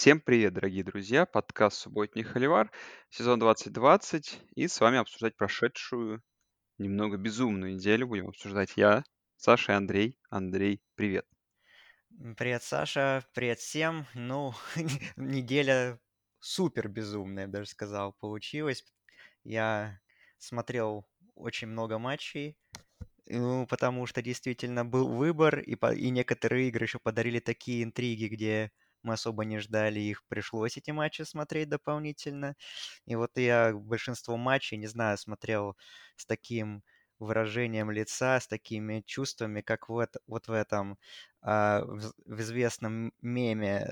Всем привет, дорогие друзья! Подкаст «Субботний Холивар», сезон 2020, и с вами обсуждать прошедшую немного безумную неделю будем обсуждать я, Саша и Андрей. Андрей, привет! Привет, Саша, привет всем. Ну, неделя супер безумная, я бы даже сказал, получилась. Я смотрел очень много матчей, ну, потому что действительно был выбор, и некоторые игры еще подарили такие интриги, где мы особо не ждали их, пришлось эти матчи смотреть дополнительно. И вот я большинство матчей, не знаю, смотрел с таким выражением лица, с такими чувствами, как вот в этом в известном меме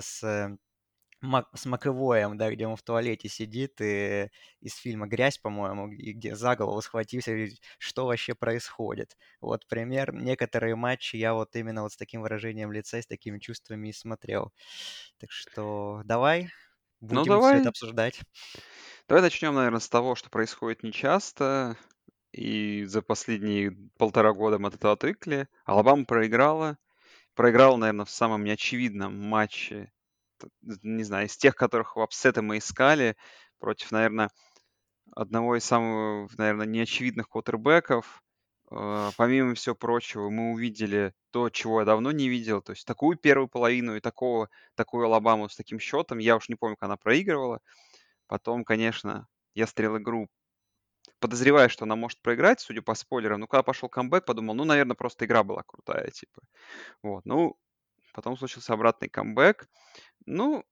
с Маковоем, да, где он в туалете сидит, и из фильма «Грязь», по-моему, и где за голову схватился, и говорит, что вообще происходит. Вот пример. Некоторые матчи я вот именно вот с таким выражением лица и с такими чувствами и смотрел. Так что давай, Ну, будем все это давай, обсуждать. давай начнем, наверное, с того, что происходит нечасто, и за последние 1,5 года мы от этого отвыкли. Алабама проиграла. Проиграла, наверное, в самом неочевидном матче, не знаю, из тех, которых в апсеты мы искали, против, наверное, одного из самых, наверное, неочевидных квотербеков. Помимо всего прочего, мы увидели то, чего я давно не видел. То есть такую первую половину и такую Алабаму с таким счетом. Я уж не помню, как она проигрывала. Потом, конечно, я стрел игру, подозревая, что она может проиграть, судя по спойлерам. Но когда пошел камбэк, подумал, ну, наверное, просто игра была крутая, типа. Вот, ну, потом случился обратный камбэк. Ну,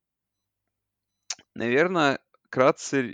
наверное, вкратце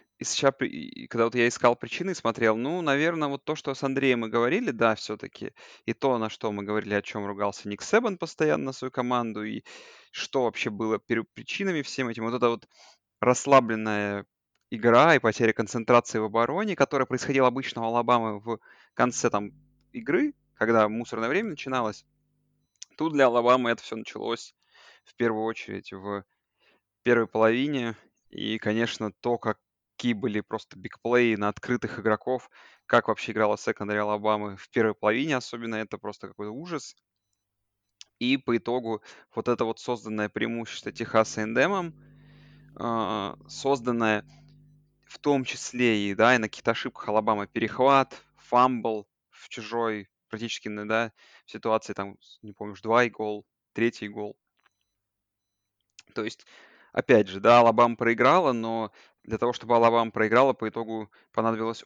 и когда вот я искал причины и смотрел, ну, наверное, вот то, что с Андреем мы говорили, да, все-таки, и то, на что мы говорили, о чем ругался Ник Себан постоянно на свою команду, и что вообще было причинами всем этим. Вот это вот расслабленная игра и потеря концентрации в обороне, которая происходила обычно у Алабамы в конце там игры, когда мусорное время начиналось. Тут для Алабамы это все началось в первую очередь в первой половине. И, конечно, то, какие были просто бигплеи на открытых игроков, как вообще играла секондари Алабамы в первой половине особенно, это просто какой-то ужас. И по итогу вот это вот созданное преимущество Техаса Эндемом, созданное в том числе и, да, и на каких-то ошибках Алабамы перехват, фамбл в чужой, практически, да, в ситуации там, не помню, 2 и гол, третий гол. То есть, опять же, да, Алабама проиграла, но для того, чтобы Алабама проиграла, по итогу понадобилось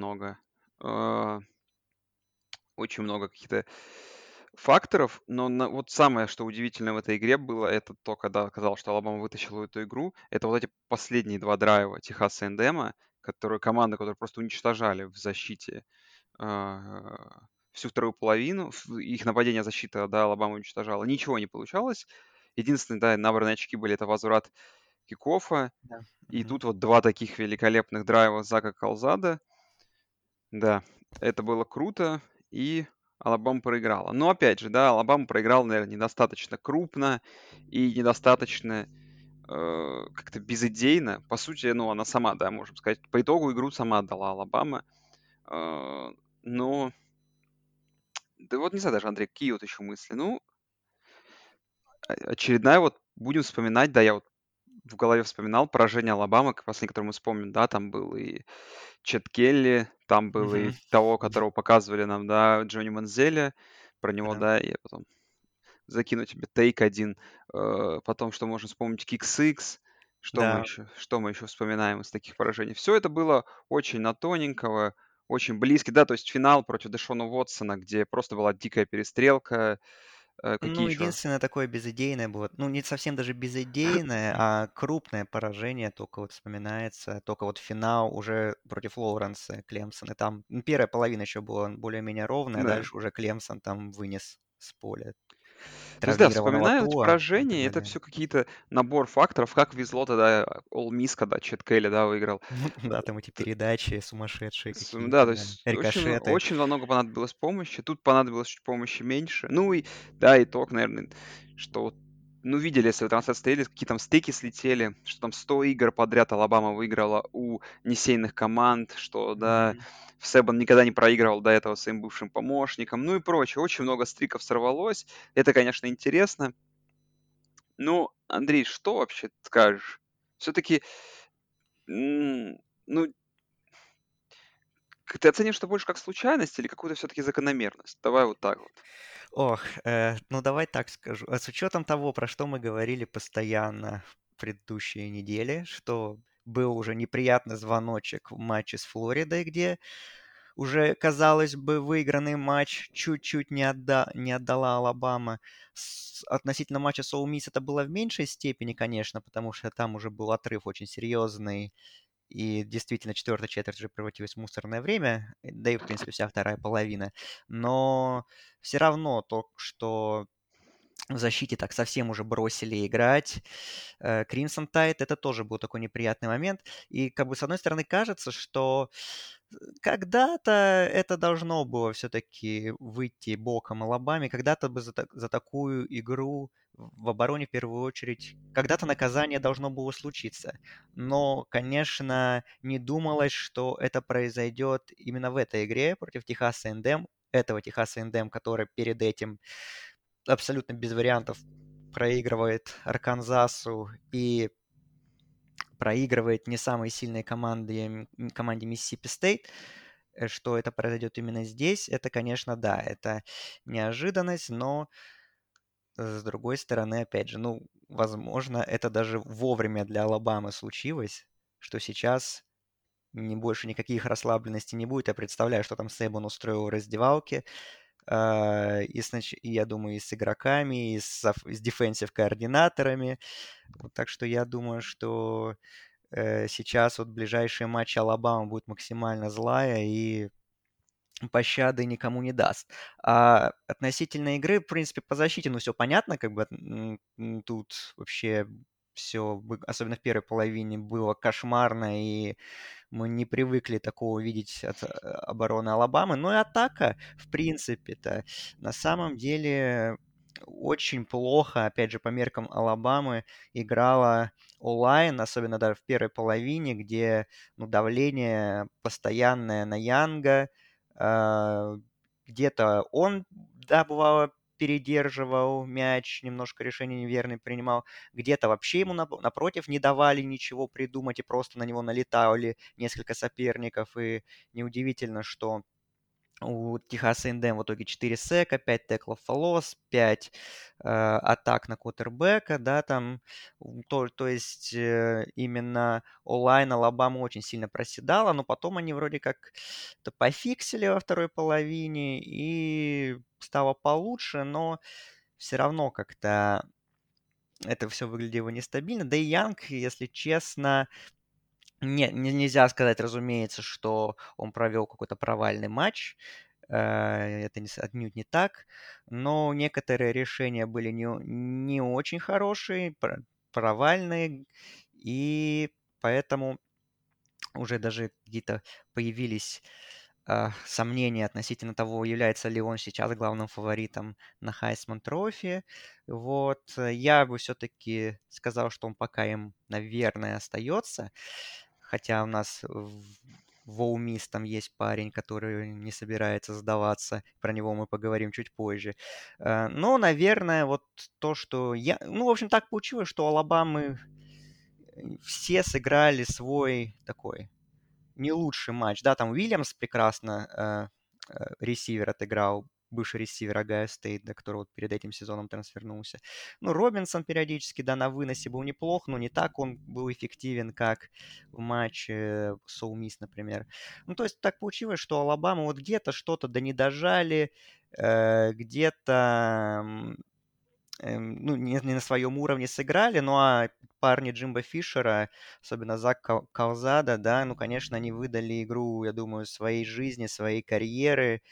э, очень много каких-то факторов. Но вот самое, что удивительно в этой игре было, это то, когда оказалось, что Алабама вытащила эту игру, это вот эти последние два драйва Техаса Эндема, которые просто уничтожали в защите всю вторую половину. Их нападение, защита, да, Алабама уничтожала. Ничего не получалось. Единственные, да, набранные очки были это возврат кикофа. Да. И Мгм. тут вот два таких великолепных драйва Зака Калзада. Да, это было круто, и Алабама проиграла. Но опять же, да, Алабама проиграла, наверное, недостаточно крупно и недостаточно как-то безыдейно. По сути, ну, она сама, да, можем сказать, по итогу игру сама отдала Алабама. Э, но, да вот не знаю даже, Андрей, какие вот еще мысли? Ну, очередная вот, будем вспоминать, да, я вот в голове вспоминал поражение Алабамы, последнее, которое мы вспомним, да, там был и Чет Келли, там был и Мгм. того, Да, которого показывали нам, да, Джонни Манзеля, про него, да. да, я потом закину тебе тейк один. Потом, что можно вспомнить, Kick Six, Да. что мы еще вспоминаем из таких поражений. Все это было очень на тоненького, очень близко, да, то есть финал против Дэшона Уотсона, где просто была дикая перестрелка. Какие Ну, еще? единственное такое безыдейное было, ну, не совсем даже безыдейное, а крупное поражение только вот вспоминается, только вот финал уже против Лоуренса, Клемсона. Там первая половина еще была более-менее ровная, а Да. дальше уже Клемсон там вынес с поля То есть, да, травмированного вспоминаю эти Туа и так поражения, это далее. все какие-то набор факторов. Как везло тогда Ole Miss, когда Чет Келли, да, выиграл. Ну, да, там эти передачи сумасшедшие Да, какие-то, то да, есть очень, рикошеты. очень много понадобилось помощи. Тут понадобилось чуть помощи меньше. Ну и, да, итог, наверное, что вот, ну, видели, если вы трансляции стояли, какие там стейки слетели, что там 100 игр подряд Алабама выиграла у несейных команд, что, да, Мгм. Себан никогда не проигрывал до этого своим бывшим помощникам, ну и прочее. Очень много стриков сорвалось. Это, конечно, интересно. Ну, Андрей, что вообще скажешь? Все-таки, ну, ты оценишь это больше как случайность или какую-то все-таки закономерность? Давай вот так вот. Ох, ну давай так скажу. С учетом того, про что мы говорили постоянно в предыдущие недели, что был уже неприятный звоночек в матче с Флоридой, где уже, казалось бы, выигранный матч чуть-чуть не отдала Алабама. Относительно матча с Ole Miss это было в меньшей степени, конечно, потому что там уже был отрыв очень серьезный, и действительно четвертая четверть уже превратилась в мусорное время, да и, в принципе, вся вторая половина. Но все равно то, что в защите так совсем уже бросили играть. Crimson Tide — это тоже был такой неприятный момент. И как бы с одной стороны кажется, что когда-то это должно было все-таки выйти боком Алабаме, когда-то бы за такую игру в обороне в первую очередь, когда-то наказание должно было случиться. Но, конечно, не думалось, что это произойдет именно в этой игре против Техаса A&M, этого Техаса A&M, который перед этим абсолютно без вариантов проигрывает Арканзасу и проигрывает не самой сильной команде Миссисипи Стейт. Что это произойдет именно здесь, это, конечно, да, это неожиданность, но с другой стороны, опять же, ну, возможно, это даже вовремя для Алабамы случилось, что сейчас больше никаких расслабленностей не будет. Я представляю, что там Сейбан устроил в раздевалке, и я думаю, и с игроками, и с дефенсив-координаторами. Вот, так что я думаю, что сейчас вот ближайшие матчи Алабама будет максимально злая и пощады никому не даст. А относительно игры, в принципе, по защите, ну, все понятно, как бы тут вообще все, особенно в первой половине, было кошмарно, и мы не привыкли такого видеть от обороны Алабамы. Ну и атака, в принципе-то, на самом деле очень плохо, опять же, по меркам Алабамы играла онлайн, особенно даже в первой половине, где ну, давление постоянное на Янга, а, где-то он, да, бывало, передерживал мяч, немножко решения неверные принимал, где-то вообще ему напротив не давали ничего придумать и просто на него налетали несколько соперников. И неудивительно, что у Техаса A&M в итоге 4 сека, 5 теклов фолос, 5 атак на квотербека, да, там, то есть именно онлайн Алабама очень сильно проседала, но потом они вроде как это пофиксили во второй половине и стало получше, но все равно как-то это все выглядело нестабильно. Да и Янг, если честно, нельзя сказать, разумеется, что он провел какой-то провальный матч. Это отнюдь не так. Но некоторые решения были не очень хорошие, провальные. И поэтому уже даже какие-то появились сомнения относительно того, является ли он сейчас главным фаворитом на Хайсман Трофи. Вот. Я бы все-таки сказал, что он пока им, наверное, остается. Хотя у нас в Ole Miss там есть парень, который не собирается сдаваться. Про него мы поговорим чуть позже. Но, наверное, вот то, что я... Ну, в общем, так получилось, что у Алабамы все сыграли свой такой не лучший матч. Да, там Уильямс прекрасно ресивер отыграл, бывший ресивер Агайо Стейт, да, который вот перед этим сезоном трансфернулся. Ну, Робинсон периодически, да, на выносе был неплох, но не так он был эффективен, как в матче с Ole Miss, например. Ну, то есть так получилось, что Алабама вот где-то что-то да не дожали, где-то ну, не на своем уровне сыграли, ну а парни Джимба Фишера, особенно Зак Калзада, да, ну, конечно, они выдали игру, я думаю, своей жизни, своей карьеры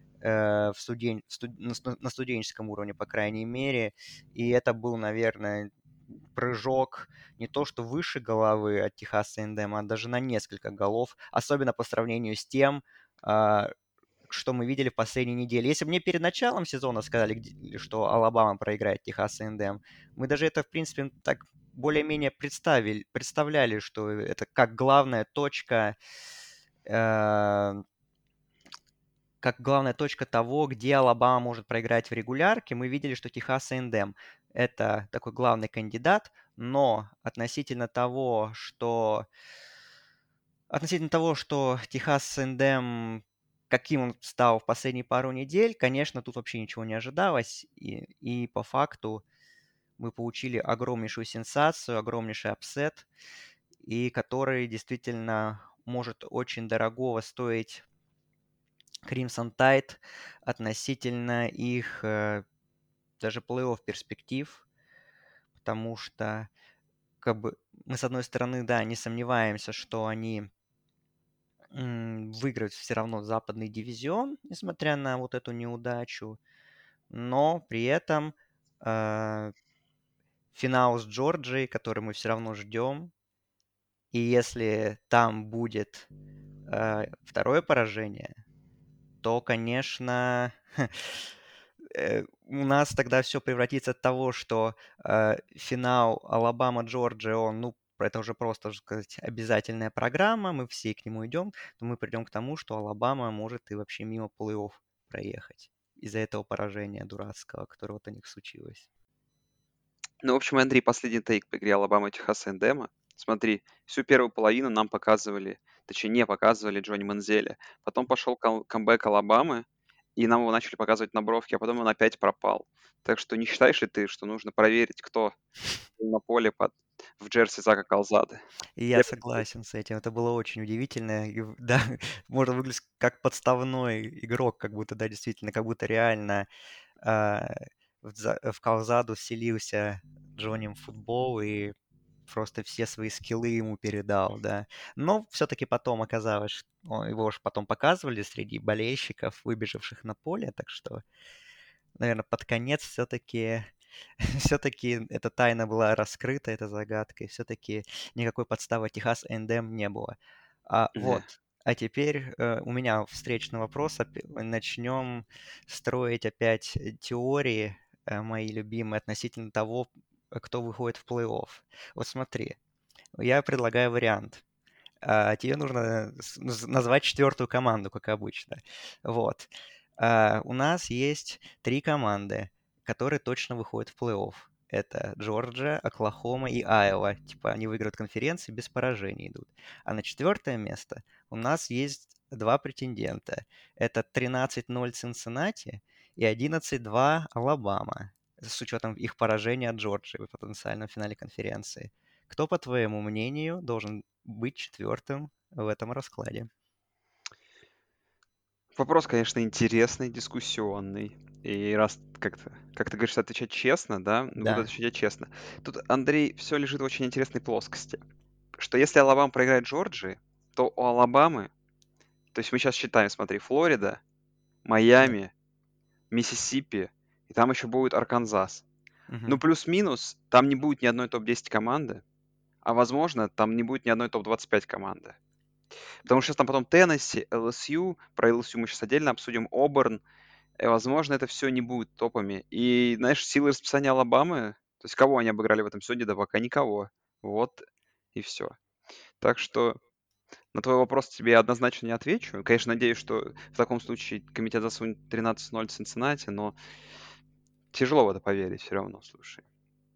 на студенческом уровне, по крайней мере. И это был, наверное, прыжок не то что выше головы от Техаса A&M, а даже на несколько голов, особенно по сравнению с тем, а, что мы видели в последней неделе. Если бы мне перед началом сезона сказали, что Алабама проиграет Техас A&M, мы даже это, в принципе, так более-менее представляли, что это э, как главная точка того, где Алабама может проиграть в регулярке. Мы видели, что Техас A&M это такой главный кандидат, но относительно того, что Техас A&M, каким он стал в последние пару недель, конечно, тут вообще ничего не ожидалось. И по факту мы получили огромнейшую сенсацию, огромнейший апсет, и который действительно может очень дорогого стоить Crimson Tide относительно их даже плей-офф перспектив, потому что как бы мы, с одной стороны, да, не сомневаемся, что они выиграют все равно западный дивизион, несмотря на вот эту неудачу, но при этом э, финал с Джорджией, который мы все равно ждем, и если там будет второе поражение, то, конечно, у нас тогда все превратится от того, что финал Алабама-Джорджия, он, ну, это уже просто, так сказать, обязательная программа, мы все к нему идем, то мы придем к тому, что Алабама может и вообще мимо плей-офф проехать из-за этого поражения дурацкого, которое вот у них случилось. Ну, в общем, Андрей, последний тейк по игре Алабама и Техаса Эндема. Смотри, всю первую половину нам показывали, точнее, не показывали Джонни Манзеля. Потом пошел камбэк Алабамы, и нам его начали показывать на бровке, а потом он опять пропал. Так что не считаешь ли ты, что нужно проверить, кто был на поле в джерси Зака Калзады? И я согласен с этим. Это было очень удивительно. И, да, можно выглядеть как подставной игрок, как будто, да, действительно, как будто реально а, в Калзаду вселился Джонни в футбол и просто все свои скиллы ему передал, да. Но все-таки потом оказалось, что его же потом показывали среди болельщиков, выбежавших на поле, так что, наверное, под конец все-таки все-таки эта тайна была раскрыта, эта загадка, и все-таки никакой подставы Техас A&M не было. Да. Вот. А теперь у меня встречный вопрос. Начнем строить опять теории мои любимые относительно того, кто выходит в плей-офф. Вот смотри, я предлагаю вариант. Тебе нужно назвать четвертую команду, как обычно. Вот. У нас есть три команды, которые точно выходят в плей-офф. Это Джорджия, Оклахома и Айова. Типа они выиграют конференции, без поражений идут. А на четвертое место у нас есть два претендента. Это 13-0 Цинциннати и 11-2 Алабама. С учетом их поражения от Джорджии в потенциальном финале конференции. Кто, по твоему мнению, должен быть четвертым в этом раскладе? Вопрос, конечно, интересный, дискуссионный. И раз как ты говоришь, отвечать честно, да, буду Да. отвечать честно. Тут, Андрей, все лежит в очень интересной плоскости. Что если Алабама проиграет Джорджии, то у Алабамы, то есть мы сейчас считаем, смотри, Флорида, Да. Майами, Миссисипи, и там еще будет Арканзас. Ну, Мгм. плюс-минус, там не будет ни одной топ-10 команды, а возможно, там не будет ни одной топ-25 команды. Потому что сейчас там потом Теннесси, ЛСЮ, про ЛСЮ мы сейчас отдельно обсудим, Оберн, и, возможно, это все не будет топами. И, знаешь, силы расписания Алабамы, то есть кого они обыграли в этом сезоне, да пока никого. Вот и все. Так что на твой вопрос тебе однозначно не отвечу. Конечно, надеюсь, что в таком случае комитет засунет 13-0 Цинциннати, но тяжело в это поверить все равно, слушай.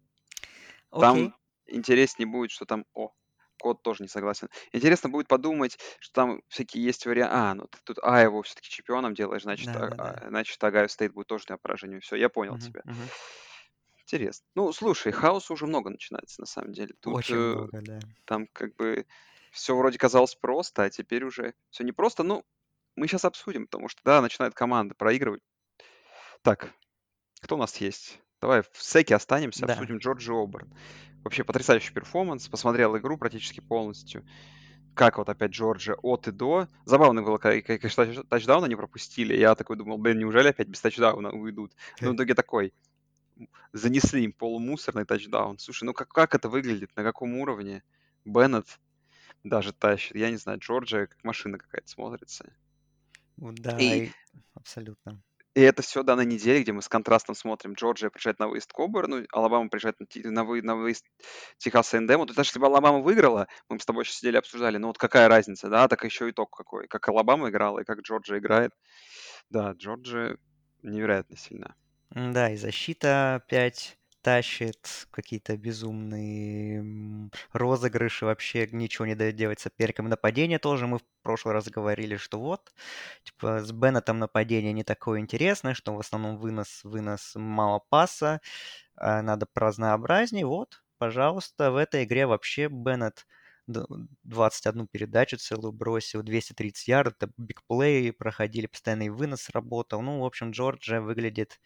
Там Окей. интереснее будет, что там... О, кот тоже не согласен. Интересно будет подумать, что там всякие есть варианты. Ну ты тут Айву все-таки чемпионом делаешь, значит, Да-да-да. значит, Агайо Стейт будет тоже на поражению. Все, я понял Мгм. тебя. Мгм. Интересно. Ну, слушай, хаоса уже много начинается, на самом деле. Тут Очень много, да. там как бы все вроде казалось просто, а теперь уже все непросто. Ну, мы сейчас обсудим, потому что, да, начинают команды проигрывать. Так, кто у нас есть? Давай в секе останемся, Да. обсудим Джорджи Оберн. Вообще потрясающий перформанс. Посмотрел игру практически полностью. Как вот опять Джорджия от и до. Забавно было, конечно, тачдауна не пропустили. Я такой думал, блин, неужели опять без тачдауна уйдут? Но в итоге такой. Занесли им полумусорный тачдаун. Слушай, ну как это выглядит? На каком уровне? Беннет даже тащит. Я не знаю, Джорджия как машина какая-то смотрится. Да, И и абсолютно. И это все да, на неделе, где мы с контрастом смотрим. Джорджия приезжает на выезд к Оберну, Алабама приезжает на выезд Техаса A&M. Вот даже если бы Алабама выиграла, мы бы с тобой сейчас сидели обсуждали, ну вот какая разница, да, так еще итог какой. Как Алабама играла и как Джорджия играет. Да, Джорджия невероятно сильна. Да, и защита опять тащит, какие-то безумные розыгрыши, вообще ничего не дает делать соперникам. Нападение тоже мы в прошлый раз говорили, что вот, типа, с Беннетом нападение не такое интересное, что в основном вынос, мало паса, надо разнообразнее. Вот, пожалуйста, в этой игре вообще Беннет 21 передачу целую бросил, 230 ярдов, это бигплей, проходили, постоянный вынос работал. Ну, в общем, Джорджия выглядит...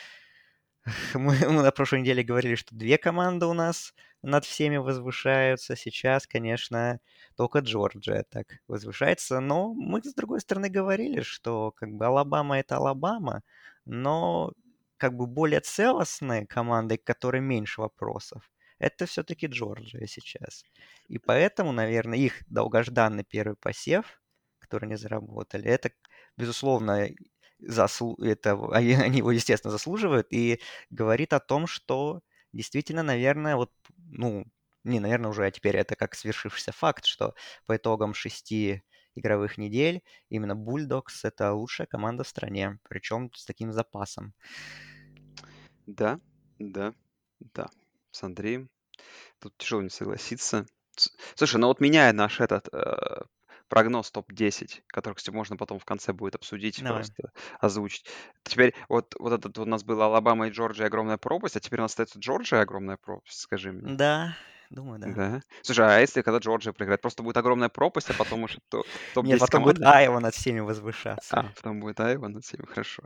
Мы на прошлой неделе говорили, что две команды у нас над всеми возвышаются. Сейчас, конечно, только Джорджия так возвышается. Но мы, с другой стороны, говорили, что как бы Алабама — это Алабама, но как бы более целостной командой, к которой меньше вопросов, это все-таки Джорджия сейчас. И поэтому, наверное, их долгожданный первый посев, который они заработали, это, безусловно, они его, естественно, заслуживают, и говорит о том, что действительно, наверное, вот, ну, не, наверное, уже, а теперь это как свершившийся факт, что по итогам 6 игровых недель именно Bulldogs — это лучшая команда в стране, причем с таким запасом. Да, да, да. С Андреем тут тяжело не согласиться. Слушай, ну вот меняя наш этот прогноз топ-10, который, кстати, можно потом в конце будет обсудить, Давай. просто озвучить. Теперь вот этот вот у нас был Алабама и Джорджия огромная пропасть, а теперь у нас остается Джорджия огромная пропасть, скажи мне. Да, думаю, да. Да. Слушай, а если когда Джорджия проиграет, просто будет огромная пропасть, а потом уже Нет, топ-10 потом будет команды? Айва над всеми возвышаться. Потом будет Айва над всеми, хорошо.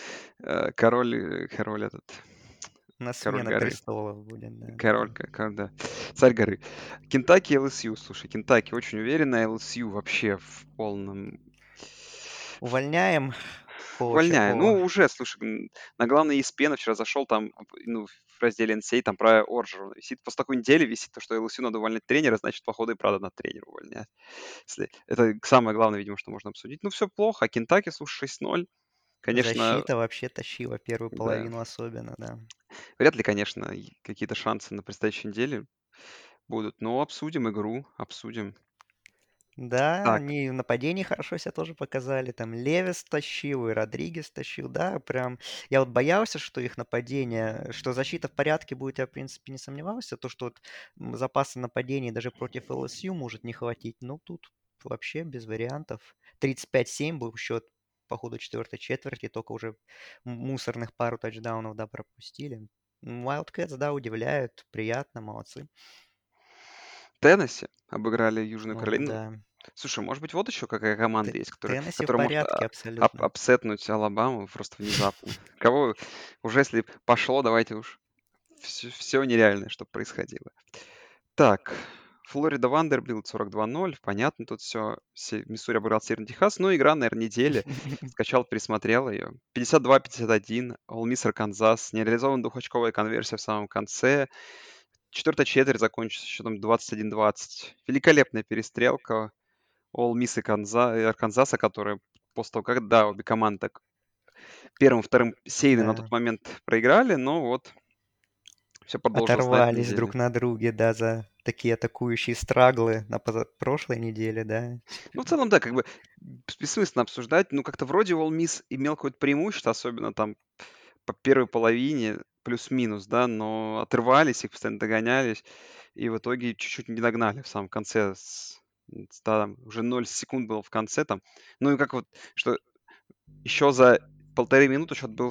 Король этот, У нас король смена горы. престолов будет, да, Король, такая. да. Царь горы. Кентаки, ЛСЮ. Слушай, Кентаки очень уверенно, ЛСЮ вообще в полном... Увольняем Увольняю. Ну, Чехова. уже, слушай, на главный ESPN вчера зашел, там, ну, в разделе NCAA, там про Орджера висит. После такой недели висит то, что ЛСЮ надо увольнять тренера, значит, походу и правда надо тренера увольнять. Это самое главное, видимо, что можно обсудить. Ну, все плохо. А Кентаки, слушай, 6-0. Конечно, Защита вообще тащила первую да. половину особенно, да. Вряд ли, конечно, какие-то шансы на предстоящей неделе будут. Но обсудим игру, обсудим. Да, Так, они в нападении хорошо себя тоже показали. Там Левис тащил и Родригес тащил. Да, прям я вот боялся, что их нападение, что защита в порядке будет, я, в принципе, не сомневался. То, что вот запаса нападений даже против ЛСЮ может не хватить. Ну, тут вообще без вариантов. 35-7 был счет по ходу четвертой четверти, только уже мусорных пару тачдаунов, да, пропустили. Wildcats, да, удивляют, приятно, молодцы. Теннесси обыграли Южную О, Каролину. да. Ну, слушай, может быть, вот еще какая команда есть, Теннесси в которая может порядке абсолютно. апсетнуть Алабаму просто внезапно. Кого уже, если пошло, давайте уж все нереальное, что происходило. Так, Флорида Вандербилт 42-0. Понятно, тут все. Миссури обыграл Северный Техас. Ну, игра, наверное, недели. Скачал, пересмотрел ее. 52-51. Ол Мисс Арканзас. Нереализованная двухочковая конверсия в самом конце. Четвертая четверть закончится счетом 21-20. Великолепная перестрелка. Ол Мисс и Арканзаса, которые после того, как, да, обе команды так первым, вторым сейны на Да. тот момент проиграли, но вот все продолжилось на этой Оторвались неделе. друг на друге, да, за такие атакующие страглы на прошлой неделе, да. Ну, в целом, да, как бы бессмысленно обсуждать. Ну, как-то вроде All Miss имел какое-то преимущество, особенно там по первой половине, плюс-минус, да, но отрывались, их постоянно догонялись, и в итоге чуть-чуть не догнали в самом конце. Да, там уже 0 секунд было в конце там. Ну и как вот, что еще за 1,5 минуты счет был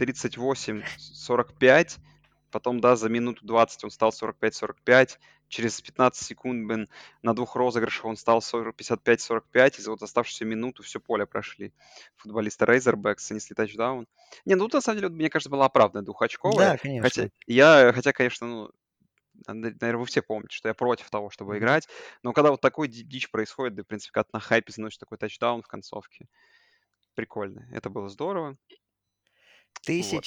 38-45. Потом, да, за минуту 20 он стал 45-45. Через 15 секунд, блин, на двух розыгрышах он стал 55-45. И за вот оставшуюся минуту все поле прошли. Футболисты Razorbacks занесли тачдаун. Не, ну тут, на самом деле, вот, мне кажется, была оправданная двухочковая. Да, Хотя, конечно. конечно, ну, наверное, вы все помните, что я против того, чтобы Мгм. играть. Но когда вот такой дичь происходит, да, в принципе, когда ты на хайпе заносишь такой тачдаун в концовке, прикольно. Это было здорово. Вот.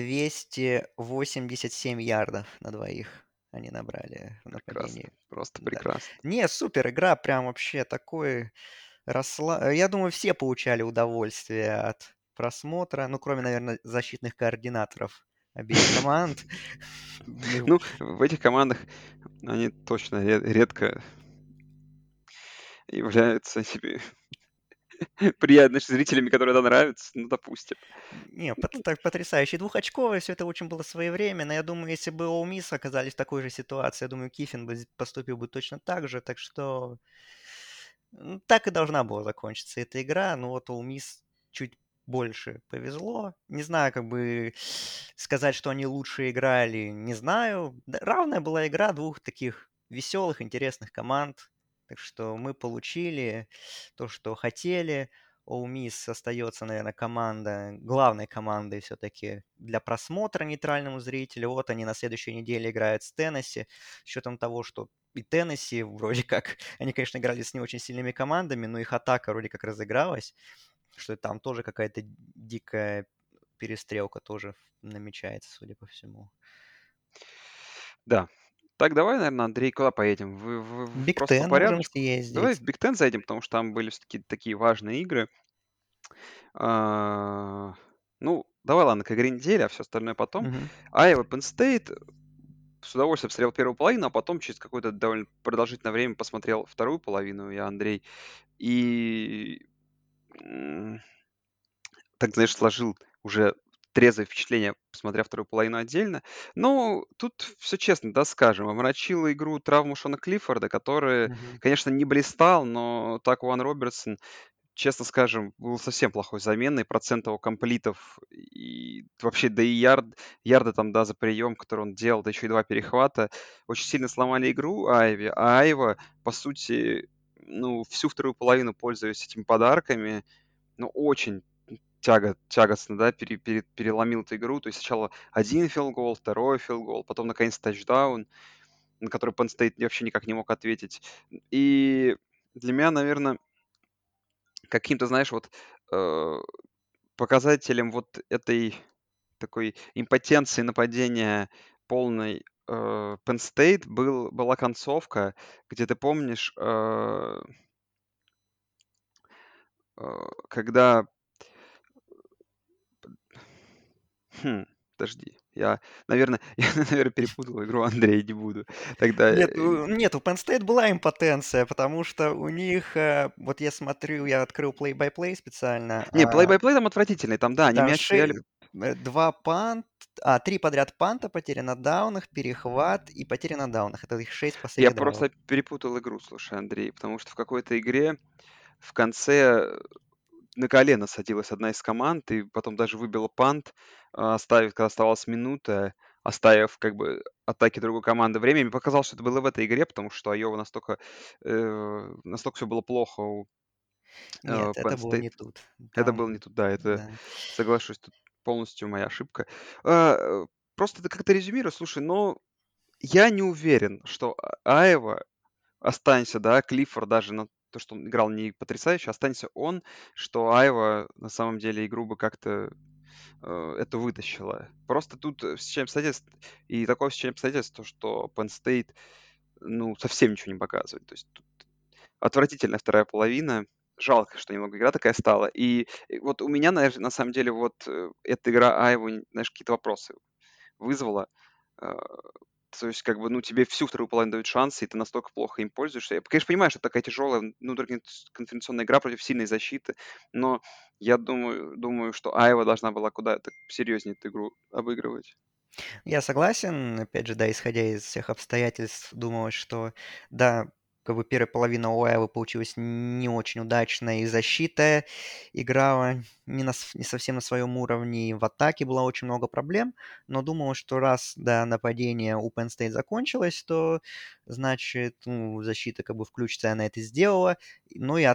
1287 ярдов на двоих они набрали в Прекрасно. нападении. Просто Да. прекрасно. Не, супер игра, прям вообще такой Я думаю, все получали удовольствие от просмотра, ну, кроме, наверное, защитных координаторов обеих команд. Ну, Ну, в этих командах они точно редко являются себе приятно, с зрителями, которые это нравится, ну, допустим. Не, так потрясающе. Двухочковое, все это очень было своевременно. Я думаю, если бы Ole Miss оказались в такой же ситуации, я думаю, Киффин бы поступил бы точно так же. Так что так и должна была закончиться эта игра. Но вот Ole Miss чуть больше повезло. Не знаю, как бы сказать, что они лучше играли, не знаю. Да, равная была игра двух таких веселых, интересных команд. Так что мы получили то, что хотели. Ole Miss остается, наверное, главной командой все-таки для просмотра нейтральному зрителю. Вот они на следующей неделе играют с Теннесси. С учетом того, что и Теннесси вроде как, они, конечно, играли с не очень сильными командами, но их атака вроде как разыгралась, что там тоже какая-то дикая перестрелка тоже намечается, судя по всему. Да. Так, давай, наверное, Андрей, куда поедем? Биг Просто по Тен можем порядочку. Давай в съездить. Биг Ten зайдем, потому что там были все-таки такие важные игры. А, Ну, давай, ладно, к игре недели, а все остальное потом. Мгм. Айва, Penn State. С удовольствием посмотрел первую половину, а потом через какое-то довольно продолжительное время посмотрел вторую половину, я, Андрей. И м, так, знаешь, сложил уже трезвое впечатление, посмотрев вторую половину отдельно. Ну, тут все честно, да, скажем, омрачила игру травму Шона Клиффорда, который, Мгм. конечно, не блистал, но так Уан Робертсон, честно скажем, был совсем плохой заменой. Процент его комплитов и вообще, да и ярды там, да, за прием, который он делал, да еще и 2 перехвата, очень сильно сломали игру Айве. А Айва, по сути, ну, всю вторую половину, пользуясь этими подарками, ну, очень тягостно, да, переломил эту игру. То есть сначала один филгол, второй филгол, потом, наконец, тачдаун, на который Penn State вообще никак не мог ответить. И для меня, наверное, каким-то, знаешь, вот э, показателем вот этой такой импотенции нападения полной Penn State была концовка, где ты помнишь, когда подожди. Наверное, наверное, перепутал игру, Андрей, не буду. Тогда, Нет, у Penn State была импотенция, потому что у них, вот я смотрю, я открыл play-by-play специально, не, play-by-play там отвратительный. Там, да, они там мяч теряли. 2 3 подряд панта, потери на даунах, перехват и потери на даунах. Это их 6 Я последних драйвов. просто перепутал игру, слушай, Андрей, потому что в какой-то игре в конце на колено садилась одна из команд и потом даже выбила пант, оставив, когда оставалась минута, оставив как бы атаке другой команды время. Мне показалось, что это было в этой игре, потому что Айова настолько все было плохо у Нет, Penn это было State. не тут. Это был не Там, тут, да, это, да. соглашусь, тут полностью моя ошибка. А, Просто это как-то резюмирую. Слушай, но я не уверен, что Айва останется, да, Клиффорд даже на то, что он играл не потрясающе, останется он, что Айва на самом деле игру бы как-то это вытащила. Просто тут стечение обстоятельств, и такое стечение обстоятельств, то, что Penn State, ну, совсем ничего не показывает. То есть тут отвратительная вторая половина. Жалко, что немного игра такая стала. И вот у меня, наверное, на самом деле, вот эта игра Айву, знаешь, какие-то вопросы вызвала. Э, То есть, как бы, ну, тебе всю вторую половину дают шансы, и ты настолько плохо им пользуешься. Я, конечно, понимаю, что это такая тяжелая конференционная игра против сильной защиты, но я думаю, что Айва должна была куда то серьезнее эту игру обыгрывать. Я согласен, опять же, да, исходя из всех обстоятельств, думалось, что, да, как бы первая половина у Уайлы получилась не очень удачная, и защита играла не совсем на своем уровне, и в атаке было очень много проблем, но думал, что раз, да, нападение у Penn State закончилось, то, значит, ну, защита как бы включится, и она это сделала, ну и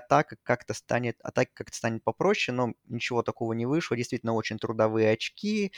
атака как-то станет попроще, но ничего такого не вышло, действительно очень трудовые очки,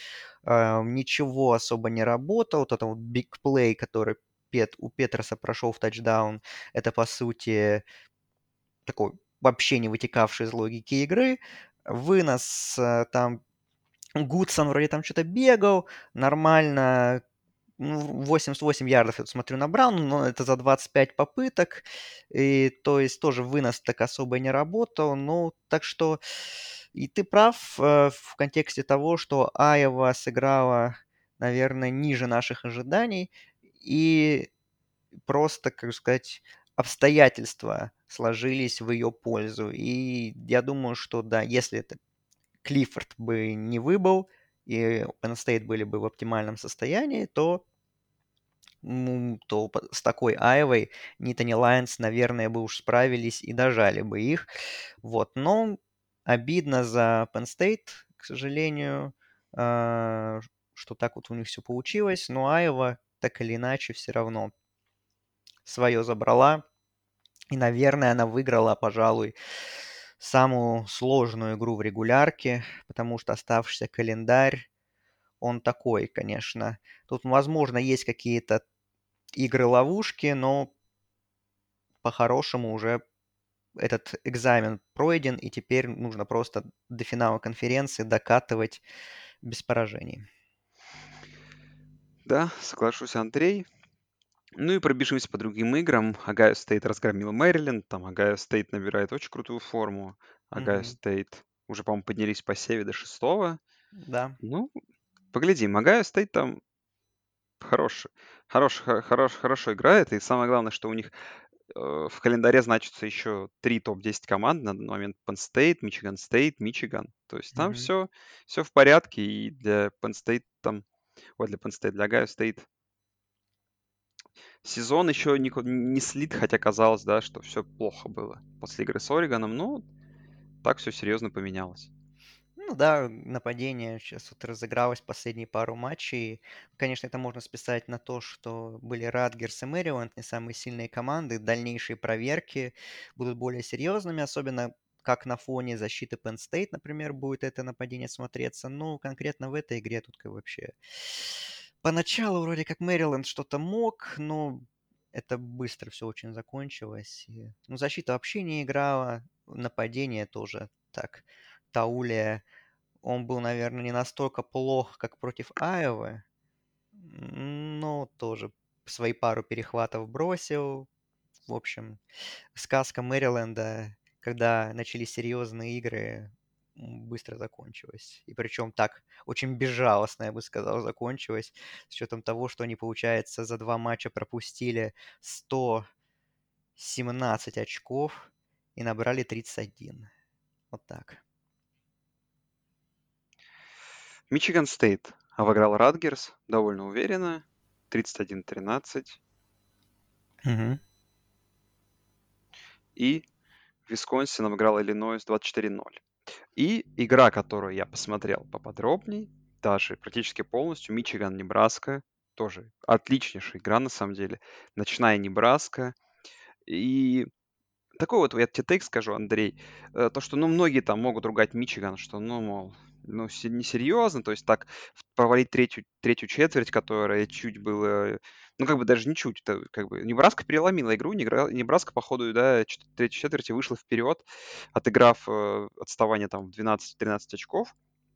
ничего особо не работало. Вот это вот big play, который у Петерса прошел в тачдаун, это, по сути, такой вообще не вытекавший из логики игры. Вынос там Гудсон вроде там что-то бегал, нормально, ну, 88 ярдов, я тут смотрю, набрал, но это за 25 попыток, и то есть тоже вынос так особо не работал, ну, так что и ты прав в контексте того, что Айова сыграла, наверное, ниже наших ожиданий, и просто, как сказать, обстоятельства сложились в ее пользу. И я думаю, что да, если это Клиффорд бы не выбыл, и Penn State были бы в оптимальном состоянии, то, с такой Айвой Нитани Лайонс, наверное, бы уж справились и дожали бы их. Вот. Но обидно за Penn State, к сожалению, а, что так вот у них все получилось. Но Айва так или иначе все равно свое забрала. И, наверное, она выиграла, пожалуй, самую сложную игру в регулярке, потому что оставшийся календарь, он такой, конечно. Тут, возможно, есть какие-то игры-ловушки, но по-хорошему уже этот экзамен пройден, и теперь нужно просто до финала конференции докатывать без поражений. Да, соглашусь, Андрей. Ну и пробежимся по другим играм. Огайо Стейт разгромил Мэриленд, там Огайо Стейт набирает очень крутую форму. Огайо Мгм. Стейт уже, по-моему, поднялись по севе до шестого. Да. Ну, поглядим. Огайо Стейт там хороший, хорошо играет. И самое главное, что у них в календаре значится еще 3 топ-10 команд на данный момент. Penn State, Michigan State, Мичиган. То есть там Мгм. все в порядке. И для Penn State там, ой, для Penn State, для Ohio State сезон еще не слит, хотя казалось, да, что все плохо было после игры с Ореганом. Но так все серьезно поменялось. Ну да, нападение сейчас вот разыгралось последние пару матчей. Конечно, это можно списать на то, что были Радгерс и Мэриленд, не самые сильные команды. Дальнейшие проверки будут более серьезными, особенно как на фоне защиты Penn State, например, будет это нападение смотреться. Но конкретно в этой игре тут как вообще... Поначалу вроде как Мэриленд что-то мог, но это быстро все очень закончилось. Ну, защита вообще не играла, нападение тоже так. Таулия, он был, наверное, не настолько плох, как против Айовы, но тоже свои пару перехватов бросил. В общем, сказка Мэриленда, когда начались серьезные игры, быстро закончилась. И причем так, очень безжалостно, я бы сказал, закончилась, с учетом того, что они, получается, за 2 матча пропустили 117 очков и набрали 31. Вот так. Мичиган Стейт обыграл Радгерс довольно уверенно. 31-13. Мгм. И Висконсин обыграл Иллинойс 24-0. И игра, которую я посмотрел поподробней, даже практически полностью, Мичиган-Небраска, тоже отличнейшая игра на самом деле. Ночная Небраска. И такой вот я тебе тейк скажу, Андрей, то, что, ну, многие там могут ругать Мичиган, что, ну, мол, ну, несерьезно, то есть так провалить третью четверть, которая чуть было, ну, как бы даже не чуть, это как бы Небраска переломила игру, Небраска, по ходу, да, третьей четверти вышла вперед, отыграв отставание там в 12-13 очков,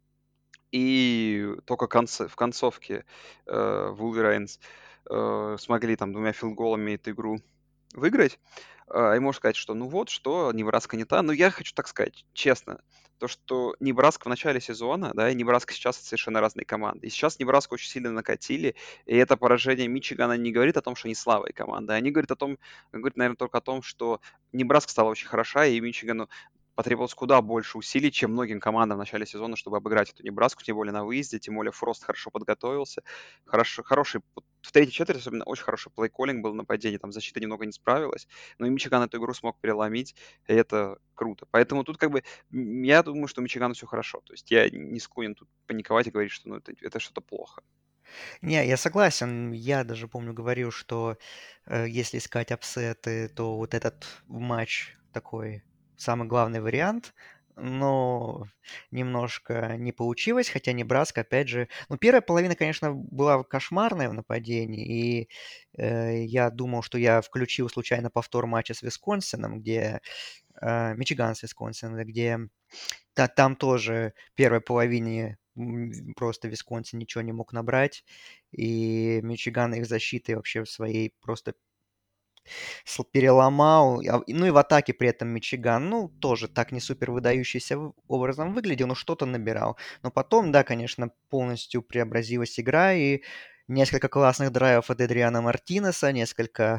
и только в концовке Wolverines смогли там двумя филголами эту игру выиграть. И можно сказать, что ну вот, что Небраска не та. Но я хочу так сказать, честно, то, что Небраска в начале сезона, да, и Небраска сейчас это совершенно разные команды. И сейчас Небраску очень сильно накатили, и это поражение Мичигана не говорит о том, что они слабые команды. Они говорят о том, говорят, наверное, только о том, что Небраска стала очень хороша, и Мичигану потребовалось куда больше усилий, чем многим командам в начале сезона, чтобы обыграть эту Небраску, тем более на выезде, тем более Фрост хорошо подготовился. Хороший, вот в третьей четверти особенно очень хороший плей-коллинг был в нападении, там защита немного не справилась, но и Мичиган эту игру смог переломить, и это круто. Поэтому тут как бы я думаю, что Мичигану все хорошо. То есть я не склонен тут паниковать и говорить, что ну, это что-то плохо. Не, я согласен. Я даже помню, говорил, что если искать апсеты, то вот этот матч такой самый главный вариант. Но немножко не получилось, хотя Небраска, опять же... Ну, первая половина, конечно, была кошмарная в нападении, и я думал, что я включил случайно повтор матча с Висконсином, где... Мичиган с Висконсином, где там тоже в первой половине просто Висконсин ничего не мог набрать, и Мичиган их защитой вообще в своей просто переломал. Ну и в атаке при этом Мичиган, ну, тоже так не супер выдающийся образом выглядел, но что-то набирал. Но потом, да, конечно, полностью преобразилась игра, и несколько классных драйвов от Эдриана Мартинеса, несколько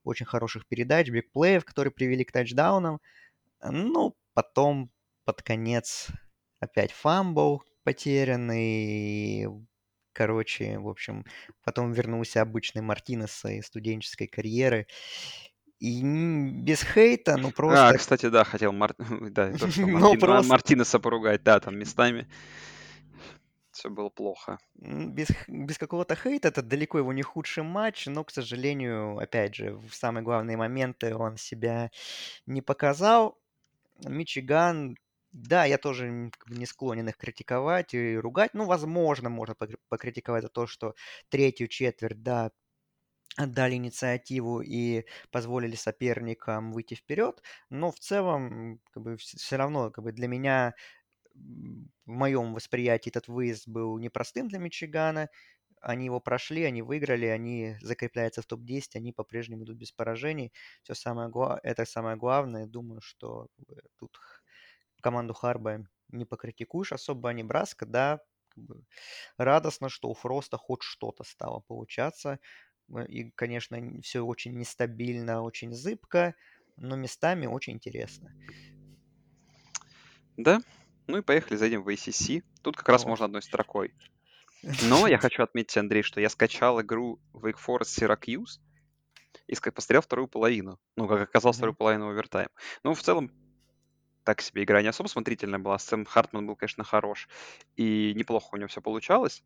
очень хороших передач, бигплеев, которые привели к тачдаунам. Ну, потом под конец опять фамбл потерянный. Короче, в общем, потом вернулся обычный Мартинес своей студенческой карьеры. И без хейта, ну просто, Кстати, да, хотел да, я тоже хотел ну просто Мартинеса поругать. Да, там местами все было плохо. без какого-то хейта это далеко его не худший матч, но, к сожалению, опять же, в самые главные моменты он себя не показал. Мичиган, да, я тоже как бы не склонен их критиковать и ругать. Ну, возможно, можно покритиковать за то, что третью четверть, да, отдали инициативу и позволили соперникам выйти вперед, но в целом, как бы, все равно, как бы, для меня, в моем восприятии этот выезд был непростым для Мичигана. Они его прошли, они выиграли, они закрепляются в топ-10, они по-прежнему идут без поражений. Это самое главное. Думаю, что как бы, тут команду Харба не покритикуешь особо, а Небраска, да, как бы радостно, что у Фроста хоть что-то стало получаться. И, конечно, все очень нестабильно, очень зыбко, но местами очень интересно. Да, ну и поехали, зайдем в ACC. Тут как раз О. можно одной строкой. Но я хочу отметить, Андрей, что я скачал игру Wake Forest Syracuse и посмотрел вторую половину. Ну, как оказалось, вторую Мгм. половину овертайм. Ну, в целом, так себе игра не особо смотрительная была. Сэм Хартман был, конечно, хорош. И неплохо у него все получалось.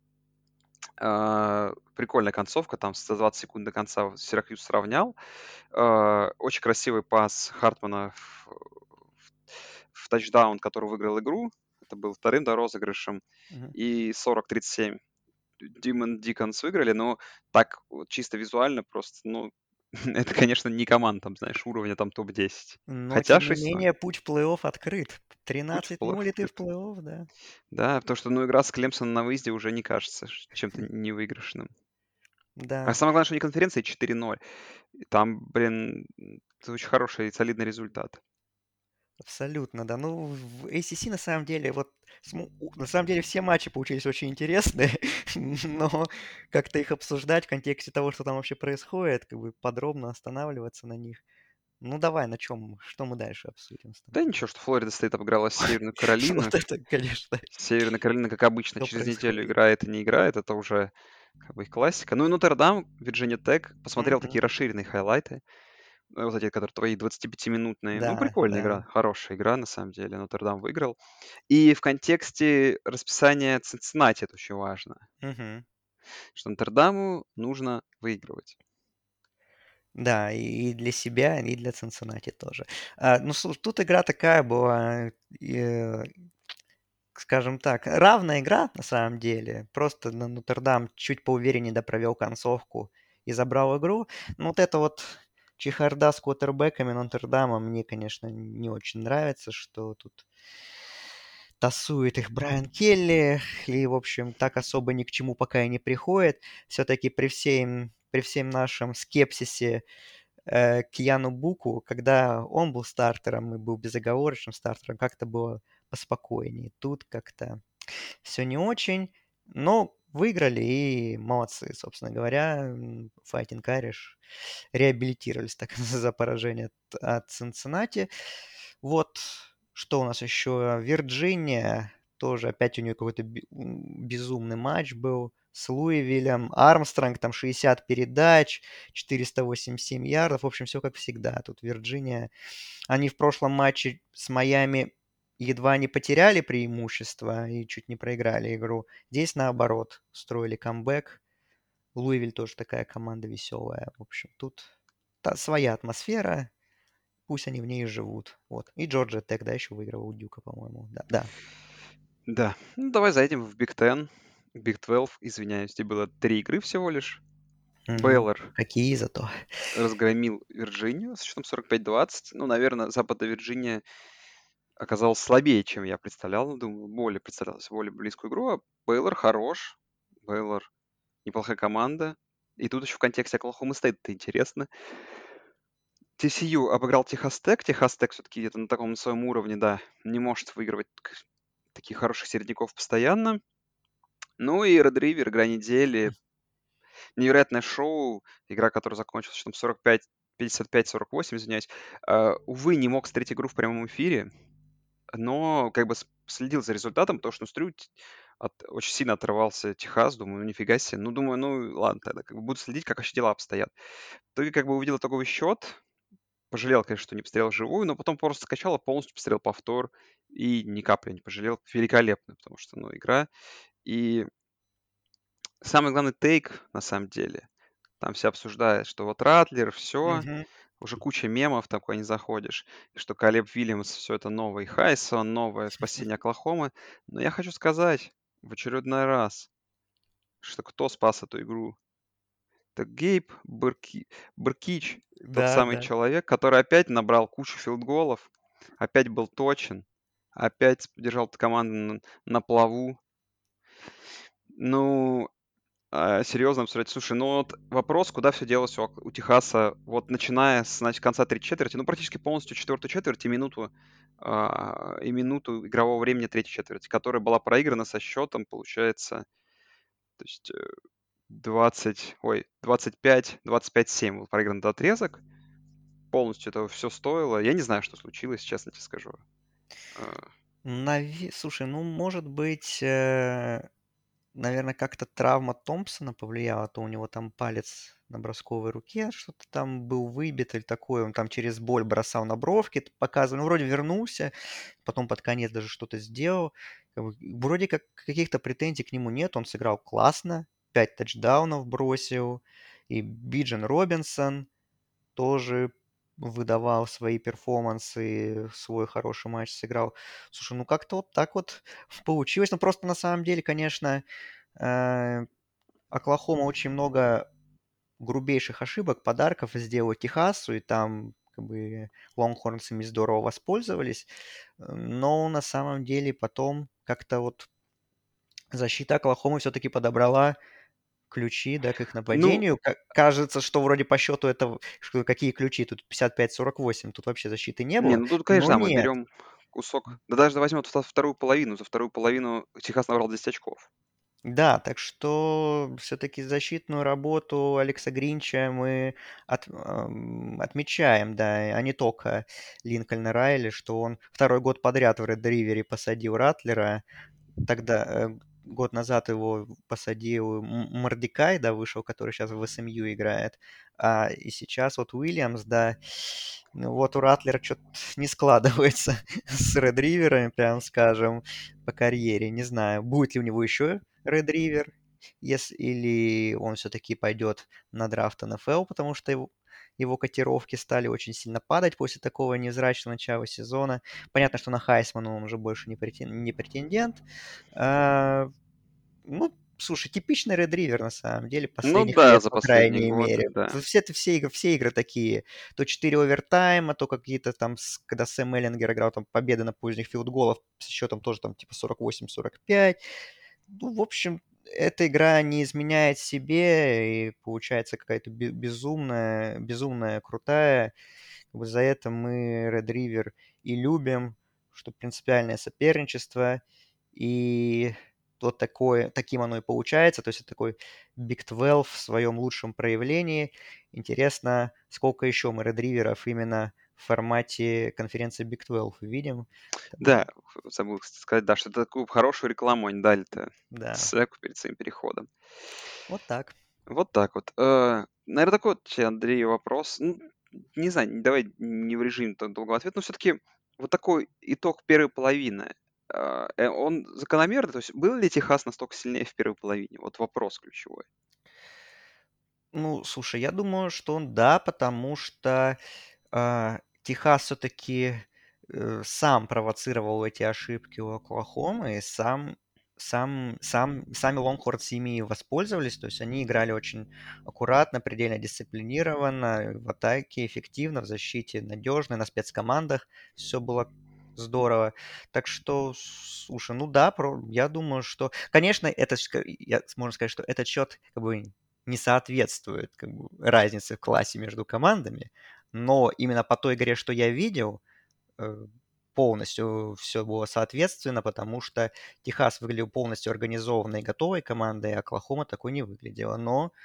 Прикольная концовка, там за 20 секунд до конца Сиракьюз сравнял. Очень красивый пас Хартмана в тачдаун, который выиграл игру. Это был вторым, да, розыгрышем. Мгм. И 40-37 Димон Диконс выиграли, но так вот чисто визуально просто, ну, это, конечно, не команда, там, знаешь, уровня там топ-10. Но, Хотя тем не 6-0. менее, путь в плей-офф открыт. Путь в 13-0 плей-офф и ты в открыт. плей-офф, да. Да, потому что, ну, игра с Клемсоном на выезде уже не кажется чем-то невыигрышным. А Да, самое главное, что не конференция 4-0. И там, блин, это очень хороший и солидный результат. абсолютно, да. Ну, в ACC на самом деле, вот, на самом деле все матчи получились очень интересные, но как-то их обсуждать в контексте того, что там вообще происходит, как бы подробно останавливаться на них. Ну, давай, на чем, что мы дальше обсудим с Да тобой? ничего, что Флорида Стейт обыграла Северную Каролину. Вот это, конечно, Северная Каролина, как обычно, что через неделю происходит. играет и не играет. Это уже как бы их классика. Ну и Нотр-Дам, Вирджиния Тек. Посмотрел Мгм. такие расширенные хайлайты. Вот эти, которые твои 25-минутные. Ну, Да, прикольная да. игра. Хорошая игра, на самом деле. Нотр-Дам выиграл. И в контексте расписания Цинциннати это очень важно. Мгм. Что Нотр-Даму нужно выигрывать. Да, и для себя, и для Цинциннати тоже. Ну, слушай, тут игра такая была, э, скажем так, равная игра на самом деле. Просто Нотр-Дам чуть поувереннее допровел концовку и забрал игру. Ну, вот это вот чехарда с квотербеками Нотр-Дама мне, конечно, не очень нравится, что тут тасует их Брайан Келли, и, в общем, так особо ни к чему пока и не приходит. Все-таки при всем нашем скепсисе к Яну Буку, когда он был стартером и был безоговорочным стартером, как-то было поспокойнее. Тут как-то все не очень, но выиграли и молодцы, собственно говоря. Fighting Irish реабилитировались так за поражение от Цинциннати. Вот что у нас еще? Вирджиния. Тоже опять у нее какой-то безумный матч был с Луивиллем. Армстронг, там 60 передач, 487 ярдов. В общем, все как всегда. Тут Вирджиния. Они в прошлом матче с Майами едва не потеряли преимущество и чуть не проиграли игру. Здесь наоборот. Строили камбэк. Луивиль тоже такая команда веселая. В общем, тут своя атмосфера. Пусть они в ней и живут. Вот. И Джорджия Тек, да, еще выиграла у Дюка, по-моему. Да, да. Да. Ну, давай зайдем в Big Ten. Big 12, извиняюсь, где было 3 игры всего лишь. Мгм. Бейлор Какие зато. разгромил Вирджинию с счетом 45-20. Ну, наверное, Западная Вирджиния оказалась слабее, чем я представлял. Ну, думаю, представлялась более близкую игру. А Бейлор хорош. Бейлор неплохая команда. И тут еще в контексте Оклахомы Стейт это интересно. TCU обыграл Техас Тек. Техас Тек все-таки где-то на таком своем уровне, да, не может выигрывать таких хороших середняков постоянно. Ну и Ред Ривер, игра недели. невероятное шоу, игра, которая закончилась счетом 55-48, извиняюсь. Увы, не мог смотреть игру в прямом эфире, но как бы следил за результатом, потому что, ну, смотрю, очень сильно отрывался Техас, думаю, ну, нифига себе. Ну, думаю, ну, ладно тогда, как бы буду следить, как вообще дела обстоят. В итоге, как бы увидел итоговый счет, пожалел, конечно, что не посмотрел вживую, но потом просто скачал и полностью посмотрел повтор, и ни капли не пожалел. Великолепно, потому что, ну, игра. И самый главный тейк, на самом деле, там все обсуждают, что вот Ратлер, все, Мгм. уже куча мемов, такой не заходишь, и что Калеб Вильямс, все это новый Хайсон, новое спасение Оклахомы. Но я хочу сказать в очередной раз, что кто спас эту игру? Это Гейб Буркич, тот Да, самый да. человек, который опять набрал кучу филдголов, опять был точен, опять держал эту команду на плаву. Ну, серьезно обсуждать. Слушай, ну вот вопрос, куда все делось у Техаса, вот начиная с конца третьей четверти, ну практически полностью четвертую четверть и минуту игрового времени третьей четверти, которая была проиграна со счетом, получается, то есть 25-7 был проигран этот отрезок. Полностью этого все стоило. Я не знаю, что случилось, честно тебе скажу. А, Слушай, ну, может быть, наверное, как-то травма Томпсона повлияла, то у него там палец на бросковой руке что-то там был выбит или такое, он там через боль бросал на бровки, показывали, ну, вроде вернулся, потом под конец даже что-то сделал. Как бы, вроде как каких-то претензий к нему нет, он сыграл классно, 5 тачдаунов бросил, и Биджен Робинсон тоже выдавал свои перформансы, свой хороший матч сыграл. Слушай, ну как-то вот так вот получилось. Ну просто на самом деле, конечно, э, Оклахома очень много грубейших ошибок, подарков сделала Техасу, и там как бы Лонгхорнс ими здорово воспользовались. Но на самом деле потом как-то вот защита Оклахомы все-таки подобрала ключи, да, к их Ну, нападению. Кажется, что вроде по счету это что какие ключи? Тут 55-48, тут вообще защиты не не, было. ну тут, Но конечно, да, мы нет. берем кусок. Да даже возьмем вторую половину. За вторую половину Техас набрал 10 очков. Да, так что все-таки защитную работу Алекса Гринча мы отмечаем, да, а не только Линкольна Райли, что он второй год подряд в Ред Ривере посадил Ратлера. Тогда год назад его посадил Мордекай, да, вышел, который сейчас в СМЮ играет. И сейчас вот Уильямс, да, ну вот у Ратлера что-то не складывается с Ред Риверами, прям скажем, по карьере. Не знаю, будет ли у него еще Ред Ривер, если, или он все-таки пойдет на драфт НФЛ, потому что его котировки стали очень сильно падать после такого невзрачного начала сезона. Понятно, что на Хайсмана он уже больше не претендент. А, ну, слушай, типичный Red River на самом деле Ну последних да, лет, за по последние крайней годы, мере. да. Все игры такие. То 4 овертайма, то какие-то там, когда Сэм Эллингер играл, там победы на поздних филдголов с счетом тоже там типа 48-45. Ну, в общем, эта игра не изменяет себе, и получается какая-то безумная, крутая. Как бы за это мы Red River и любим, что принципиальное соперничество, и вот таким оно и получается, то есть это такой Big 12 в своем лучшем проявлении. Интересно, сколько еще мы Red River'ов именно в формате конференции Big 12 видим. Да, забыл сказать, да, что такую хорошую рекламу они дали-то Да, Сэку перед своим переходом. вот так. Вот так вот. Наверное, такой вот тебе, Андрей, вопрос. Ну, не знаю, давай не в режиме долгого ответа, но все-таки вот такой итог первой половины, он закономерный? То есть был ли Техас настолько сильнее в первой половине? Вот вопрос ключевой. Ну, слушай, я думаю, что он да, потому что Техас все-таки сам провоцировал эти ошибки у Оклахомы, и сами Лонгхорнс ими воспользовались, то есть они играли очень аккуратно, предельно дисциплинированно, в атаке эффективно, в защите надежно, на спецкомандах все было здорово. Так что, слушай, ну да, я думаю, что, конечно, можно сказать, что этот счет как бы не соответствует как бы, разнице в классе между командами, но именно по той игре, что я видел, э, полностью все было соответственно, потому что Техас выглядел полностью организованной и готовой командой, а Оклахома такой не выглядела. Но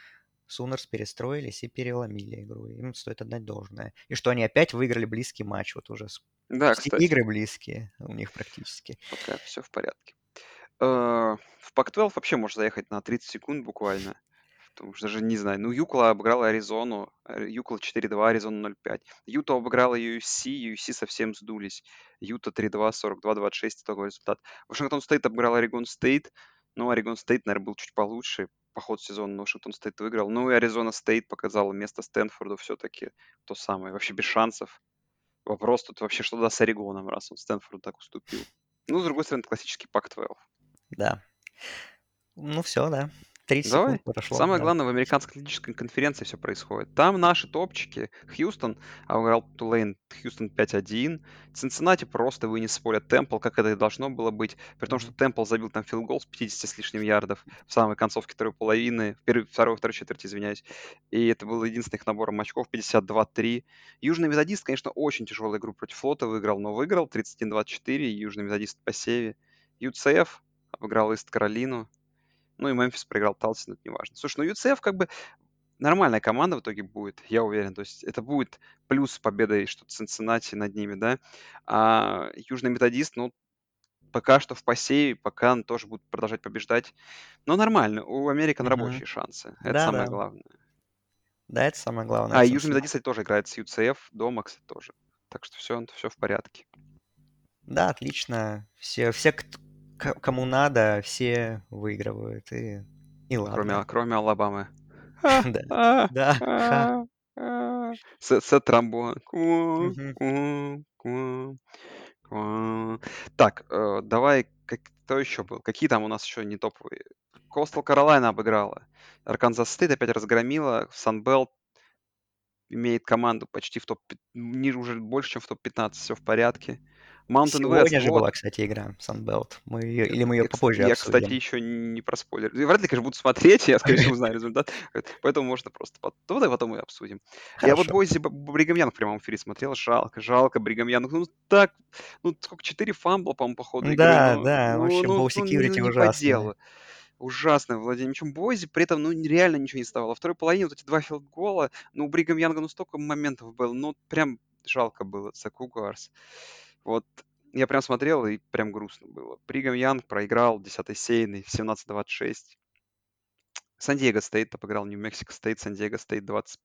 Сунерс перестроились и переломили игру. Им стоит отдать должное. И что они опять выиграли близкий матч. Вот уже Да, все кстати, игры близкие у них практически. пока все в порядке. В Pac-12 вообще можно заехать на 30 секунд буквально. Потому что даже не знаю. Ну, Юкла обыграла Аризону. Юкла 4-2, Аризона 0-5. Юта обыграла USC, USC совсем сдулись. Юта 3-2, 42-26 итоговый результат. Вашингтон Стейт обыграл Орегон Стейт. Ну, Орегон Стейт, наверное, был чуть получше по ходу сезона, но Вашингтон Стейт выиграл. Ну, и Аризона Стейт показала место Стэнфорду все-таки то самое. Вообще без шансов. Вопрос тут вообще, что даст с Орегоном, раз он Стэнфорду так уступил. Ну, с другой стороны, это классический Пак-12. Да. Ну все, да. 30 Давай. секунд прошло, Самое да. главное, в американской атлетической конференции все происходит. Там наши топчики. Хьюстон обыграл Тулейн, Хьюстон 5-1. Цинциннати просто вынес с поля Темпл, как это и должно было быть. При том, что Мгм. Темпл забил там филгол с 50 с лишним ярдов в самой концовке второй половины, второй четверти, извиняюсь. И это был единственный их набором очков, 52-3. Южный Методист, конечно, очень тяжелую игру против Флота выиграл, но выиграл 31-24. Южный Методист по севе. UCF обыграл Ист Каролину. Ну и Мемфис проиграл Талси, но это не важно. Слушай, ну UCF как бы нормальная команда в итоге будет, я уверен. То есть это будет плюс с победой, что Цинциннати над ними, да. А Южный Методист, ну, пока что в посеве, пока он тоже будет продолжать побеждать. Но нормально, у Американ Мгм. рабочие шансы. Это самое Да-да. главное. Да, это самое главное, А и Южный Цинциннати. Методист, кстати, тоже играет с UCF дома, кстати, тоже. Так что все в порядке. Да, отлично. Все кому надо, все выигрывают. И ладно. Кроме Алабамы. Да. Да. Ха. Сет тромбон. Мгм. Так, давай, кто еще был? Какие там у нас еще не топовые? Костел Каролайна обыграла. Арканзас Стейт опять разгромила. Санбелт имеет команду почти в топ... Ниже уже больше, чем в топ-15. Все в порядке. Mountain West, Сегодня же была, вот. кстати, игра Sunbelt. Или мы ее попозже Я, кстати, обсудим? еще не проспойлер. Вряд ли, конечно, буду смотреть, я, скорее всего, узнаю результат. Поэтому можно просто давай потом и обсудим. Я вот Хорошо. Бойзи Бригам Янг в прямом эфире смотрел. Жалко Бригам Янг. Ну, так, ну, сколько, 4 фамбла, по-моему, по ходу игры. Да, Ну, да, ну, вообще, ну, Ball ну, ну, Security не по ужасная. делу. Ужасное владение мячом Бойзи, при этом, ну, реально ничего не ставало. Во второй половине вот эти два филд-гола, ну, у Бригам Янга, ну, столько моментов было, ну, прям жалко было за Кугуарс. Вот я прям смотрел, и прям грустно было. Бригам Янг проиграл 10-й сейный в 17-26. Сан-Диего Стейт обыграл Нью-Мексико Стейт, Сан-Диего Стейт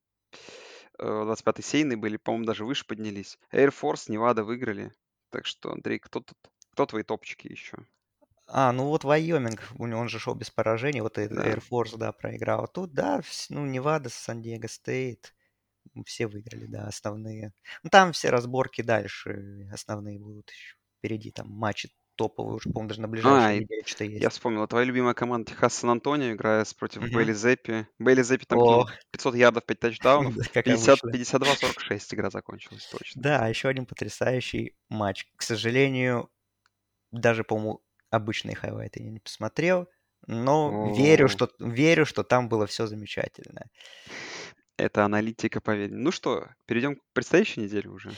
25-й сейный были, по-моему, даже выше поднялись. Air Force, Невада выиграли. Так что, Андрей, кто тут? Кто твои топчики еще? Ну вот Вайоминг, он же шел без поражений, вот и Да. Air Force, да, проиграл. Тут, да, ну, Невада, Сан-Диего Стейт, все выиграли, да, основные. Ну, там все разборки дальше, основные будут еще впереди, там матчи топовые, уже, по-моему, даже на А, ближайшей и неделе что-то я есть. вспомнил, твоя любимая команда Техас Сан-Антонио, играя против Мгм. Бейли Зеппи. Бейли Зеппи там О, кинул 500 ярдов, 5 тачдаунов. да, как 50, обычно. 52-46 игра закончилась, точно. Да, еще один потрясающий матч. К сожалению, даже, по-моему, обычный хайлайт я не посмотрел, но О, верю, что там было все замечательно. это аналитика, поверь. Ну что, перейдем к предстоящей неделе уже.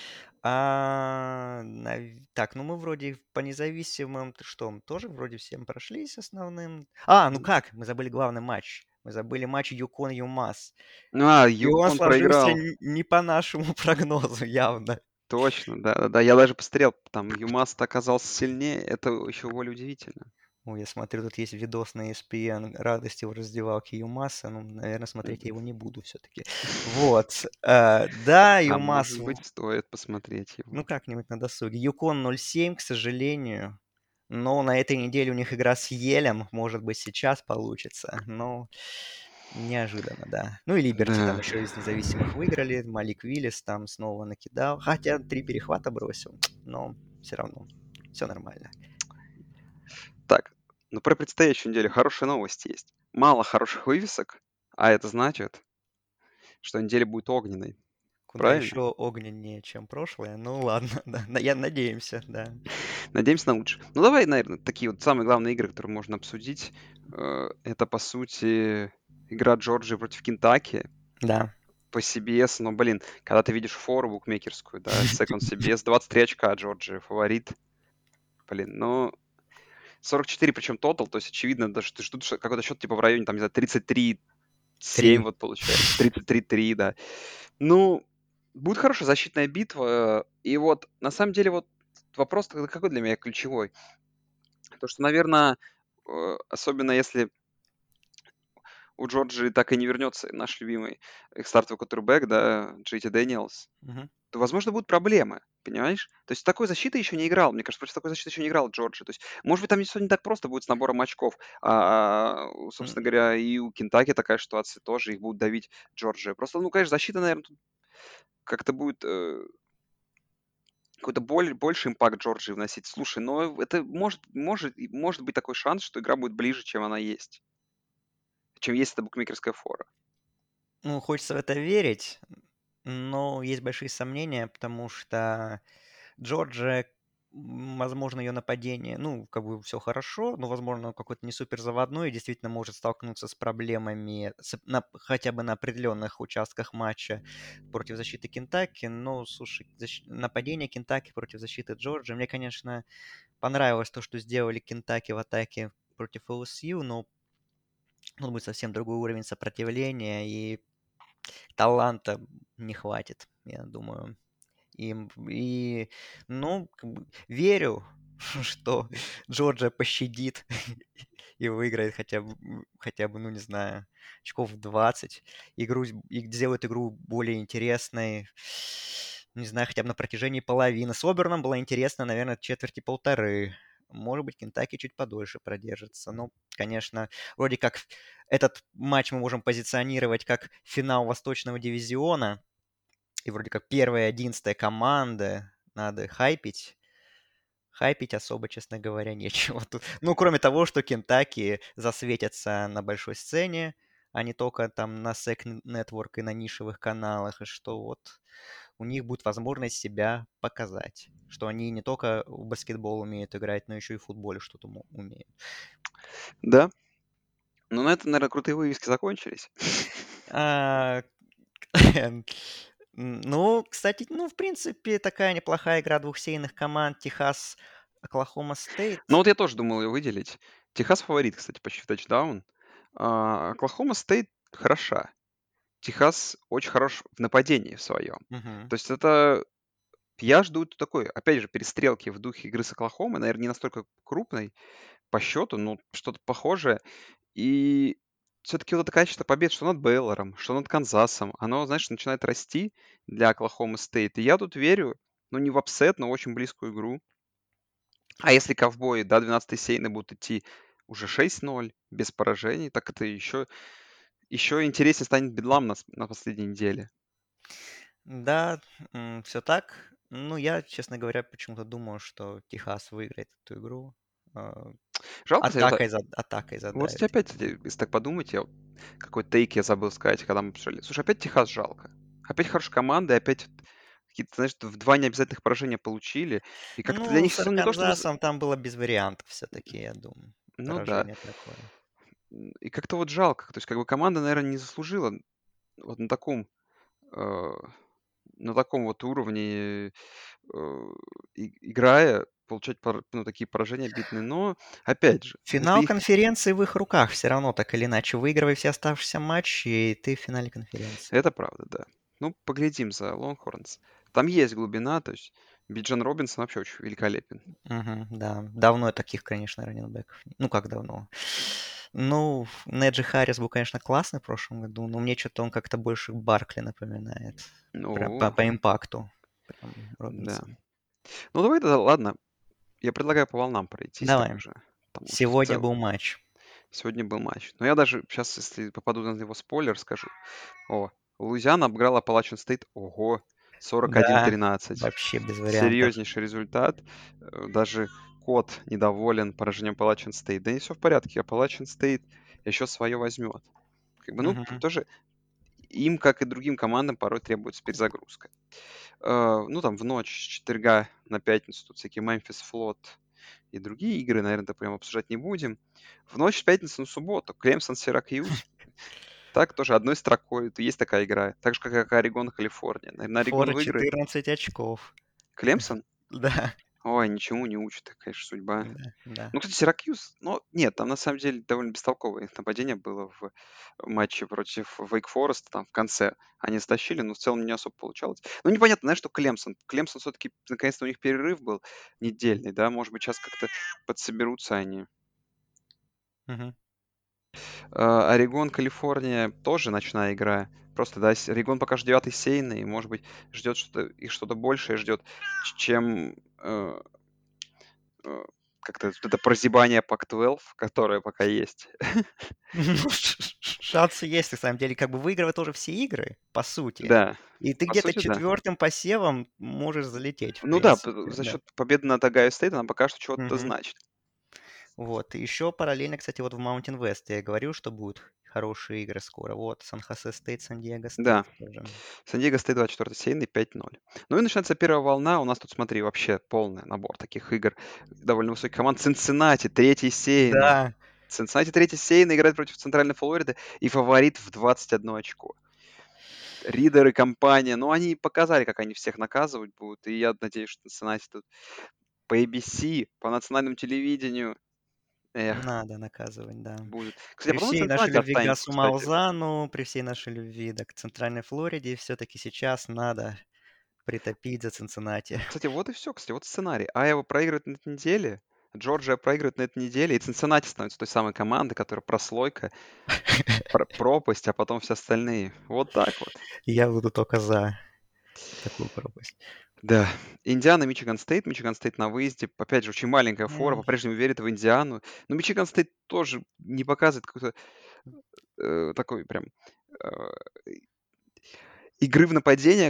Так, ну мы вроде по независимым, что, мы тоже вроде всем прошлись основным. Ну как, мы забыли главный матч. Мы забыли матч Юкон-Юмас. И он Юкон сложился проиграл. не по нашему прогнозу явно. Точно, да-да-да. Я даже посмотрел, там Юмас оказался сильнее. Это еще более удивительно. Ой, я смотрю, тут есть видос на ESPN радости в раздевалке Юмаса. Ну, наверное, смотреть я его не буду все-таки. Вот. Да, А Юмас, может быть, стоит посмотреть ну его. как-нибудь на досуге. Юкон 0-7, к сожалению. Но на этой неделе у них игра с Елем. Может быть, сейчас получится. Но неожиданно, да. Ну и Либерти там Да. еще из независимых выиграли. Малик Виллис там снова накидал. Хотя 3 перехвата бросил. Но все равно. Все нормально. Так, ну про предстоящую неделю хорошая новость есть. Мало хороших вывесок, а это значит, что неделя будет огненной. Куда Правильно? еще огненнее, чем прошлое. Ну ладно, да. Я надеемся, да. Надеемся на лучшее. Ну давай, наверное, такие вот самые главные игры, которые можно обсудить. Это, по сути, игра Джорджии против Кентаки Да. по CBS. Но, блин, когда ты видишь фору букмекерскую, да, Second CBS, 23 очка Джорджия, фаворит. Блин, ну, 44, причем тотал, то есть очевидно, даже ты ждут какой-то счет типа в районе, там, не знаю, 33, 7 3. вот получается. 33-3, да. Ну, будет хорошая защитная битва. И вот, на самом деле, вот вопрос тогда какой для меня ключевой? То, что, наверное, особенно если у Джорджии так и не вернется наш любимый их стартовый квотербек, да, Джейти Дэниелс, Мгм. то, возможно, будут проблемы, понимаешь? То есть такой защиты еще не играл. Мне кажется, против такой защиты еще не играл Джорджи. То есть, может быть, там не всё не так просто будет с набором очков. М, Собственно говоря, и у Кентаки такая ситуация тоже, их будут давить Джорджия. Просто, ну, конечно, защита, наверное, тут как-то будет какой-то больше импакт Джорджии вносить. Слушай, но это может быть такой шанс, что игра будет ближе, чем она есть, чем есть эта букмекерская фора. Ну, хочется в это верить, но есть большие сомнения, потому что Джорджия, возможно, ее нападение, ну, как бы все хорошо, но, возможно, какой-то не супер заводной и действительно может столкнуться с проблемами хотя бы на определенных участках матча против защиты Кентаки. Но, слушай, нападение Кентаки против защиты Джорджии, мне, конечно, понравилось то, что сделали Кентаки в атаке против ЛСЮ, но тут будет совсем другой уровень сопротивления, и таланта не хватит, я думаю. Ну, как бы верю, что Джорджия пощадит и выиграет хотя бы, ну, не знаю, очков 20. И сделает игру более интересной, не знаю, хотя бы на протяжении половины. С Оберном было интересно, наверное, четверти полторы. Может быть, Кентаки чуть подольше продержится. Ну, конечно, вроде как этот матч мы можем позиционировать как финал Восточного дивизиона, и вроде как первая 11 команда, надо хайпить. Хайпить особо, честно говоря, нечего тут. Ну, кроме того, что Кентаки засветятся на большой сцене, а не только там на SEC Network и на нишевых каналах, и что вот у них будет возможность себя показать. Что они не только в баскетбол умеют играть, но еще и в футболе что-то умеют. Да, но на этом, наверное, крутые вывески закончились. А, Ну, кстати, ну, в принципе, такая неплохая игра двух сейных команд. Техас, Оклахома Ну, Стейт. вот я тоже думал ее выделить. Техас фаворит, кстати, почти в тачдаун. Оклахома Стейт хороша. Техас очень хорош в нападении в своем. Мгм. То есть это я жду такой, опять же, перестрелки в духе игры с Оклахомой, наверное, не настолько крупной по счету, но что-то похожее. И все-таки вот это качество побед, что над Бейлором, что над Канзасом, оно, знаешь, начинает расти для Оклахомы Стейт. И я тут верю, ну, не в апсет, но в очень близкую игру. А если ковбои до 12-й сейны будут идти уже 6-0, без поражений, так это еще интереснее станет бедлам на последней неделе. Да, все так. Ну, я, честно говоря, почему-то думаю, что Техас выиграет эту игру. А, Жалко, кстати, атакой вот, кстати, задавит. опять, кстати, если так подумать, какой тейк я забыл сказать, когда мы обсуждали. Слушай, опять Техас жалко. Опять хорошая команда, и опять какие-то, знаешь, в два необязательных поражения получили. И как-то для Ну, них с сезон не то чтобы... Арканзасом там было без вариантов все-таки, я думаю. Ну да. Поражение такое. И как-то вот жалко. То есть как бы команда, наверное, не заслужила вот э, на таком вот уровне, играя, получать ну, такие поражения обидные. Но, опять же, это Финал их... конференции в их руках все равно, так или иначе. Выигрывай все оставшиеся матчи, и ты в финале конференции. Это правда, да. Ну, поглядим за Лонгхорнс. Там есть глубина, то есть Биджан Робинсон вообще очень великолепен. Мгм, да. Давно таких, конечно, раненбеков. Ну, как давно? Ну, Неджи Харрис был, конечно, классный в прошлом году, но мне что-то он как-то больше Баркли напоминает. Прям по, Ну, по импакту. Прям да. Робинсон. Ну, давай тогда, ладно. Я предлагаю по волнам пройтись так Давай. уже. Потому что в Сегодня целом был матч. сегодня был матч. Но я даже сейчас, если попаду на его спойлер, скажу. О, Луизиана обыграла Appalachian State. Ого, Да, 41-13. вообще без вариантов. Серьезнейший результат. Даже кот недоволен поражением Appalachian State. Да не все в порядке. Appalachian State еще свое возьмет. Как бы, ну, Мгм. тоже им, как и другим командам, порой требуется перезагрузка. Ну, там в ночь с четверга на пятницу тут всякие Мемфис Флот и другие игры, наверное, так прям обсуждать не будем. В ночь с пятницы на субботу Клемсон Сиракьюз. Так тоже одной строкой. Есть такая игра. Так же, как и Орегон Калифорния. Наверное, Орегон Фора выиграет. 14 очков. Клемсон? Да. Ой, ничему не учит, это, конечно, судьба. Да, да. Ну, кстати, Сиракьюз, ну, нет, там на самом деле довольно бестолковое нападение было в матче против Вейк Фореста, там в конце они стащили, но в целом не особо получалось. Ну, непонятно, знаешь, что Клемсон. Клемсон все-таки, наконец-то у них перерыв был недельный, да, может быть, сейчас как-то подсоберутся они. Мгм. Орегон, Калифорния тоже ночная игра. Просто, да, Орегон пока что 9-й сейный, и, может быть, ждет что-то, их что-то большее ждет, чем э, как-то вот это прозябание Пак-12, которое пока есть. Ну, шансы есть, на самом деле, как бы выигрывать тоже все игры, по сути. Да, И ты по где-то сути, да. четвертым посевом можешь залететь, в Ну да, принципе, за да. счет победы над Огайо Стейт она пока что чего-то Мгм. значит. Вот. И еще параллельно, кстати, вот в Mountain West я говорил, что будут хорошие игры скоро. Вот, Сан-Хосе Стейт, Сан-Диего Да, Стейт тоже. Сан-Диего Стейт 24 сейный 5-0. Ну и начинается первая волна. У нас тут, смотри, вообще полный набор таких игр. Довольно высоких команд. Цинциннати, третий сейный. Да, Цинциннати третий сейный играет против Центральной Флориды и фаворит в 21 очко. Ридер и компания, ну, они показали, как они всех наказывать будут. И я надеюсь, что Цинциннати тут по ABC, по национальному телевидению, эх, надо наказывать, да. будет. Кстати, а При потом и всей нашей Цинциннати любви к останется, Гасу кстати. Малзану, при всей нашей любви, да, к Центральной Флориде, все-таки сейчас надо притопить за Цинциннати. Кстати, вот и все. Кстати, вот сценарий. Айова проигрывает на этой неделе, Джорджия проигрывает на этой неделе, и Цинциннати становится той самой командой, которая прослойка, пропасть, а потом все остальные. Вот так вот. Я буду только за такую пропасть. Да. Индиана, Мичиган Стейт. Мичиган Стейт на выезде. Опять же, очень маленькая фора, М, по-прежнему верит в Индиану. Но Мичиган Стейт тоже не показывает какой-то такой прям э, игры в нападение,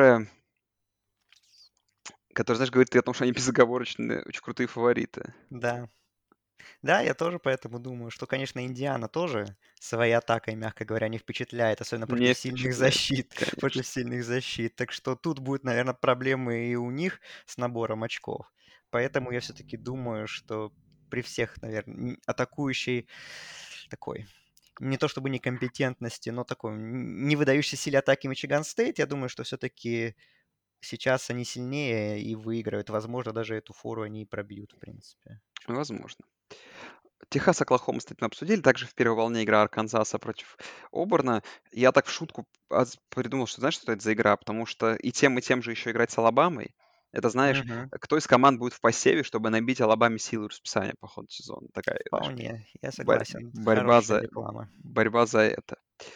которая, знаешь, говорит о том, что они безоговорочные, очень крутые фавориты. Да. Да, я тоже поэтому думаю, что, конечно, Индиана тоже своей атакой, мягко говоря, не впечатляет, особенно Не против сильных впечатляет, защит, против конечно. сильных защит. Так что тут будут, наверное, проблемы и у них с набором очков. Поэтому я все-таки думаю, что при всех, наверное, атакующей такой, не то чтобы некомпетентности, но такой не выдающей силе атаки Мичиган Стейт, я думаю, что все-таки сейчас они сильнее и выиграют. Возможно, даже эту фору они и пробьют, в принципе. Возможно. Техас, Оклахома, кстати, мы обсудили. Также в первой волне игра Арканзаса против Оберна. Я так в шутку придумал, что знаешь, что это за игра? Потому что и тем же еще играть с Алабамой. Это, знаешь, Мгм. кто из команд будет в посеве, чтобы набить Алабаме силу расписания по ходу сезона. Такая, знаешь, Вполне, я борь- согласен. борьба Хорошая за, реклама. борьба за это.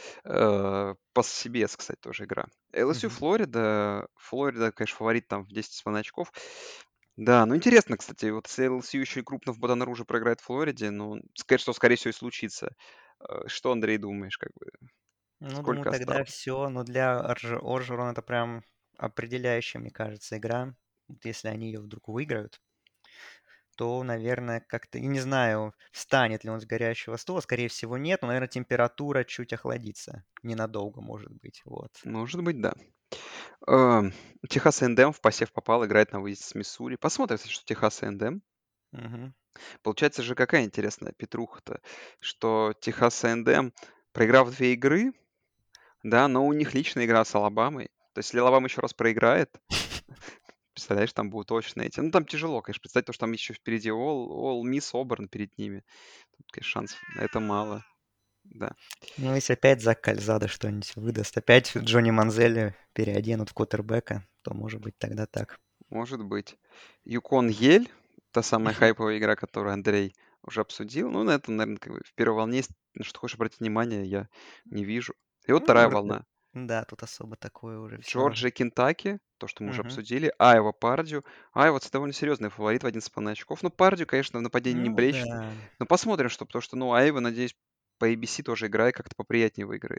По CBS, кстати, тоже игра. LSU, Мгм. Флорида. Флорида, конечно, фаворит там в 10,5 очков. Да, ну интересно, кстати, вот если LSU еще и крупно в Батон-Руже проиграет Флориде, ну, сказать, что, скорее всего, и случится. Что, Андрей, думаешь, как бы, Ну, думаю, сколько тогда осталось? все. Но для Оржерона это прям определяющая, мне кажется, игра. Вот если они ее вдруг выиграют, то, наверное, как-то, и не знаю, встанет ли он с горящего стула. Скорее всего, нет, но, наверное, температура чуть охладится. Ненадолго, может быть. Вот. Может быть, да. Ам, Техас A&M в посев попал, играет на выезде с Миссури. Посмотрим, кстати, что Техас A&M. Мгм. Получается же, какая интересная петруха-то, что Техас A&M, проиграв 2 игры, да, но у них личная игра с Алабамой. То есть, если Алабама еще раз проиграет, представляешь, там будут точно эти. Ну, там тяжело, конечно, представить, то, что там еще впереди All Miss, Оберн перед ними. Тут, конечно, шансов на это мало. Да, Ну, если опять Зак Кальзада что-нибудь выдаст, опять Джонни Манзелли переоденут в квотербека, то, может быть, тогда так. может быть. Юкон Ель, та самая хайповая игра, которую Андрей уже обсудил. Ну, на этом, наверное, как бы в первой волне, на что хочешь обратить внимание, я не вижу. И вот Ну, вторая вроде, волна. да, тут особо такое уже все. Джорджия, Кентаки, то, что мы уже обсудили. Айова, Пардию. Айва, это довольно серьезный фаворит в 11,5 очков. Ну, Пардию, конечно, в нападении не Ну блещет. да. Но посмотрим, что, потому что, ну, Айва, надеюсь, по ABC тоже играет, как-то поприятнее выиграет.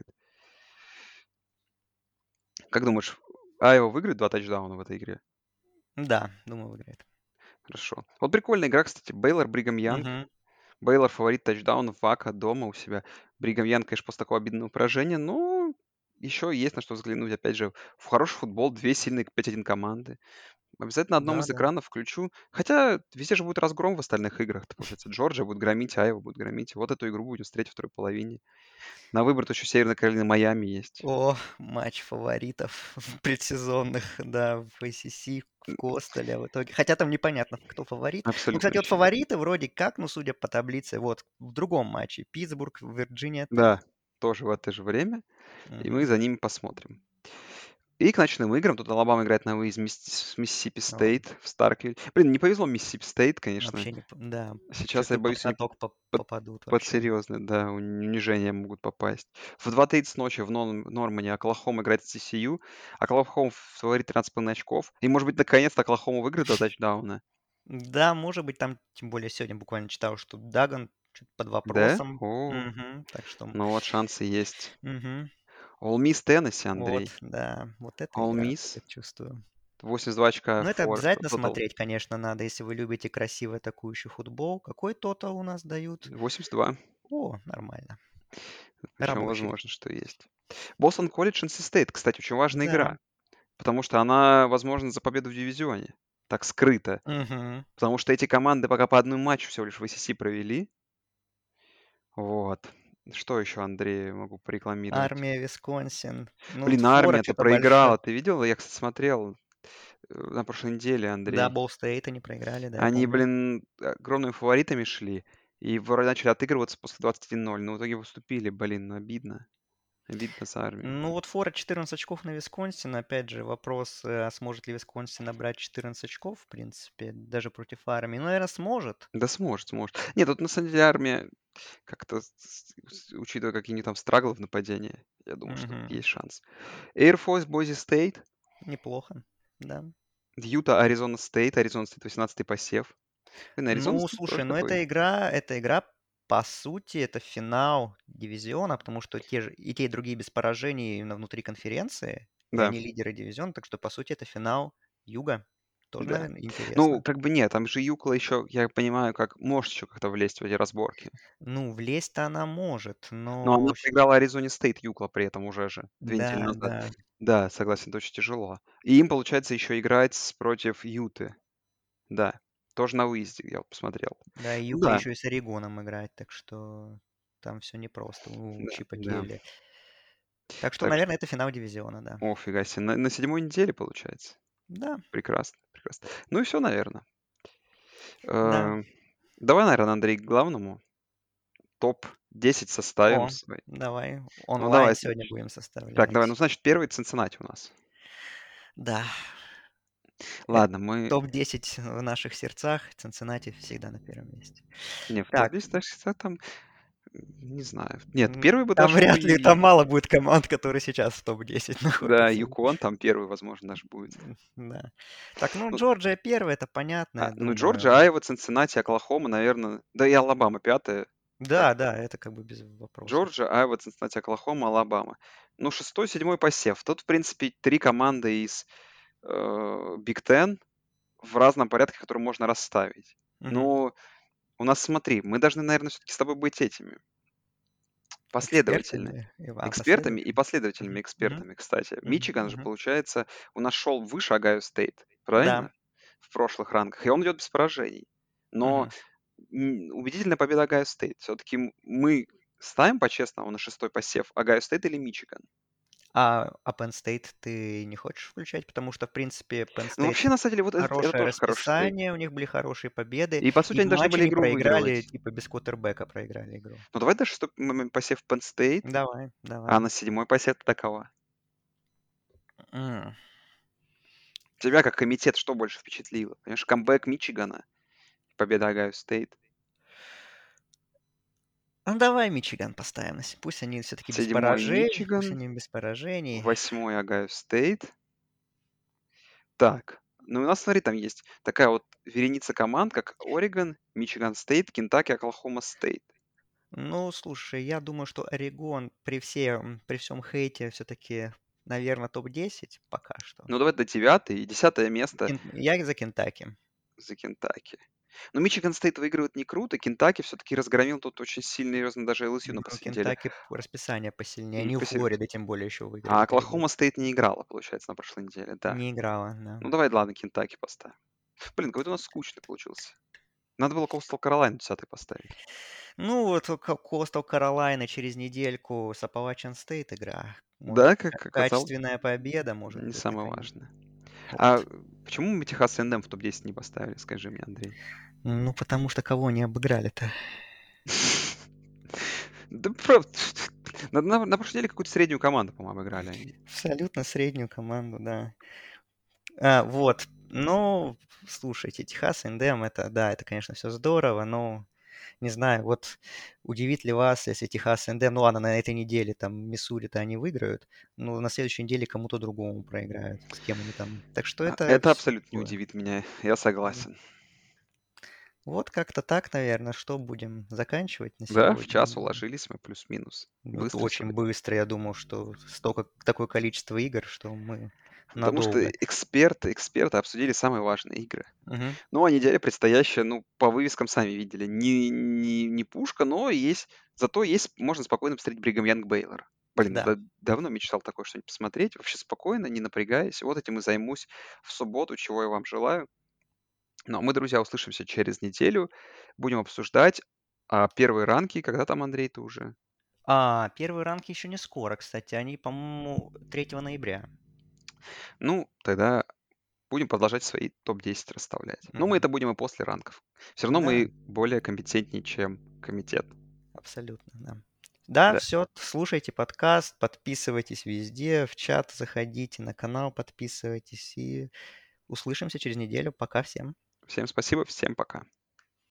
Как думаешь, Айова выиграет 2 тачдауна в этой игре? Да, думаю, выиграет. Хорошо. Вот прикольная игра, кстати. Бейлор, Бригам Янг. Мгм. Бейлор фаворит тачдаун, Вака дома у себя. Бригам Янг, конечно, после такого обидного поражения, но еще есть на что взглянуть. Опять же, в хороший футбол, две сильные 5-1 команды. Обязательно одном Да, из да. экранов включу. Хотя везде же будет разгром в остальных играх. Это, получается, Джорджия будет громить, Айова будет громить. Вот эту игру будем встретить в второй половине. На выбор тут еще Северная Каролина, Майами есть. О, матч фаворитов предсезонных, да, в ACC, в Костеле, а в итоге. Хотя там непонятно, кто фаворит. Ну, Абсолютно кстати, вот вообще. фавориты вроде как, ну, судя по таблице, вот в другом матче. Питтсбург, Вирджиния Тек. Да, тоже в это же время. И мы Мгм. за ними посмотрим. И к ночным играм. Тут Алабама играет на выезд с Миссисипи О, Стейт в Старквиле. Блин, не повезло Миссисипи Стейт, конечно. вообще да, Сейчас, чуть я ли под боюсь, они каток под, попадут под вообще. серьезное, да, унижение могут попасть. В 2:30 ночи в Нормане Оклахома играет с TCU. Оклахома фаворит 13,5 очков. И, может быть, наконец-то Оклахома выиграет до тачдауна. Да, может быть, там, тем более сегодня буквально читал, что Даган чуть под Да? вопросом. О, Мгм, так что, ну вот шансы есть. мгм, Ole Miss, Теннесси, вот, Андрей. да, вот эта Ole игра Miss. будет, чувствую. 82 очка Ну, это for обязательно total. смотреть, конечно, надо, если вы любите красивый атакующий футбол. Какой тотал у нас дают? 82. О, нормально. Причем Рабочий. возможно, что есть. Бостон Колледж, NC State, кстати, очень важная Да. игра. Потому что она, возможно, за победу в дивизионе. Так скрыто. Мгм. Потому что эти команды пока по одному матчу всего лишь в ACC провели. Вот. Что еще, Андрей, могу порекламировать? Армия, Висконсин. Ну, вот Блин, фора армия-то что-то большая. проиграла. Ты видел? Я, кстати, смотрел на прошлой неделе, Да, Андрей. Болл Стейт они проиграли, да, я Они, помню. блин, огромными фаворитами шли. И вроде начали отыгрываться после 21:0. Но в итоге выступили. Блин, ну обидно. Обидно за армию. Ну, вот фора 14 очков на Висконсин. Опять же, вопрос, а сможет ли Висконсин набрать 14 очков, в принципе, даже против армии. Ну, наверное, сможет. Да сможет, сможет. Нет, тут на самом деле армия как-то, учитывая, какие у них там страглы в нападении, я думаю, что тут Мгм. есть шанс. Air Force, Boise State, Неплохо, да. Юта, Аризона Стейт 18-й посев. Блин, Аризона Ну, Стейт тоже слушай, ну такой. эта игра, по сути, это финал дивизиона, потому что и те, и другие без поражений именно внутри конференции, и Да, они лидеры дивизиона, так что, по сути, это финал Юга. Тоже, да. наверное, Ну, интересно. как бы нет, там же Юкла еще, я понимаю, как может еще как-то влезть в эти разборки. Ну, влезть-то она может, Но она но... проиграла Аризоне Стейт Юкла при этом уже же 2 недели Да, назад. да, Да, согласен, это очень тяжело. И им, получается, еще играть против Юты. Да, тоже на выезде, я вот посмотрел. да, и Ну Юка да, еще и с Орегоном играть, так что там все непросто у да, Чипа да. Келли. Так что, Так что, наверное, это финал дивизиона, да. о, фига себе, на 7-й неделе получается. Да, Прекрасно, прекрасно. Ну и все, наверное. да. Давай, наверное, Андрей, к главному. Топ-10 составим О, свой. давай. Ну Онлайн давай. сегодня будем Так, давай. Ну, составлять. значит, первый Цинциннати у нас. Да. Это Ладно, мы... топ-10 в наших сердцах. Цинциннати всегда на первом месте. Не, в Так, топ-10 даже всегда там... Не знаю. Нет, первый бы там даже был... вряд ли, там мало будет команд, которые сейчас в топ-10 Да, находятся. Юкон там первый, возможно, даже будет. Да. Так, ну, Ну, Джорджия первая, это понятно, я ну, Джорджия, думаю. Айова, Цинциннати, Оклахома, наверное. Да и Алабама пятая. Так Да, что да, это как бы без вопросов. Джорджия, Айова, Цинциннати, Оклахома, Алабама. Ну, шестой, седьмой посев. Тут, в принципе, три команды из Big Ten в разном порядке, которые можно расставить. Мгм. Но у нас, смотри, мы должны, наверное, все-таки с тобой быть этими последовательными. Экспертами, Экспертами и последовательно. последовательными Мгм. Мгм. экспертами, кстати. Мгм. Мичиган же, Мгм. получается, у нас шел выше Огайо Стейт, Да. правильно? В прошлых рангах. И он идет без поражений. Но Мгм. убедительная победа Огайо Стейт. Все-таки мы ставим по-честному на шестой посев Огайо Стейт или Мичиган? А Penn State ты не хочешь включать? Потому что, в принципе, Penn Ну, State вообще, на самом деле, вот это хорошее тоже хороший стейк. расписание, у них были хорошие победы, И, по и сути, в они должны матче были не игру проиграли, выигрывать. типа без квотербека проиграли игру. Ну, давай даже посев Penn State, Давай, а давай. на седьмой посев ты кого? М. Тебя как комитет что больше впечатлило? Понимаешь, камбэк Мичигана, победа Огайо Стейт, Ну, давай Мичиган поставим. Пусть они все-таки без седьмой поражений, пусть Мичиган, они без поражений. восьмой Огайо Стейт. Так, ну у нас, смотри, там есть такая вот вереница команд, как Орегон, Мичиган Стейт, Кентаки, Оклахома Стейт. Ну, слушай, я думаю, что Орегон при всем хейте все-таки, наверное, топ-10 пока что. Ну давай до 9 и 10 место Я за Кентаки. за Кентаки. Но Мичиган Стейт выигрывает не круто. Кентаки все-таки разгромил тут очень серьезно даже ЛСЮ на Ну, последней неделе. Кентаки расписание посильнее. И Они у посерьез- Флориды тем более еще А выиграли 3-2. Оклахома Стейт не играла, получается, на прошлой неделе, да. Не играла, да. Ну давай, ладно, Кентаки поставим. Блин, какой-то у нас скучный получился. Надо было Coastal Carolina 10 поставить. Ну, вот Костел Каролайна через недельку с Appalachian State игра. Может, Да, как оказалось, качественная победа, может не быть, самое какая-нибудь. важное. А Вот. почему мы Техас A&M в топ-10 не поставили, скажи мне, Андрей? Ну, потому что кого не обыграли-то? Да правда. На прошлой неделе какую-то среднюю команду, по-моему, играли они. Абсолютно среднюю команду, да. Вот. Ну, слушайте, Техас A&M это, да, это, конечно, все здорово, но не знаю, вот удивит ли вас, если Техас A&M, ну ладно, на этой неделе там Миссури-то они выиграют, но на следующей неделе кому-то другому проиграют, с кем они там. Так что это Это все абсолютно не такое. удивит меня, я согласен. Вот как-то так, наверное, что будем заканчивать на Да, в сегодня. час уложились мы плюс-минус. Ну, это Быстро очень сегодня. быстро. Я думал, что такое количество игр, что мы Потому что надолго. эксперты обсудили самые важные игры. Мгм. Ну, а неделя предстоящая, ну, по вывескам сами видели. Не пушка, но есть, зато есть, можно спокойно посмотреть Бригам Янг Бейлор. Блин, Да. давно мечтал такое что-нибудь посмотреть. Вообще спокойно, не напрягаясь. Вот этим и займусь в субботу, чего я вам желаю. Но мы, друзья, услышимся через неделю. Будем обсуждать первые ранки. Когда там, Андрей, ты уже? Первые ранки еще не скоро, кстати. Они, по-моему, 3 ноября. Ну, тогда будем продолжать свои топ-10 расставлять. Но мы Мгм. это будем и после ранков. Все равно Да, мы более компетентнее, чем комитет. абсолютно, да. Да, Да. все, слушайте подкаст, подписывайтесь везде, в чат заходите, на канал подписывайтесь и услышимся через неделю. Пока всем. Всем спасибо, всем пока.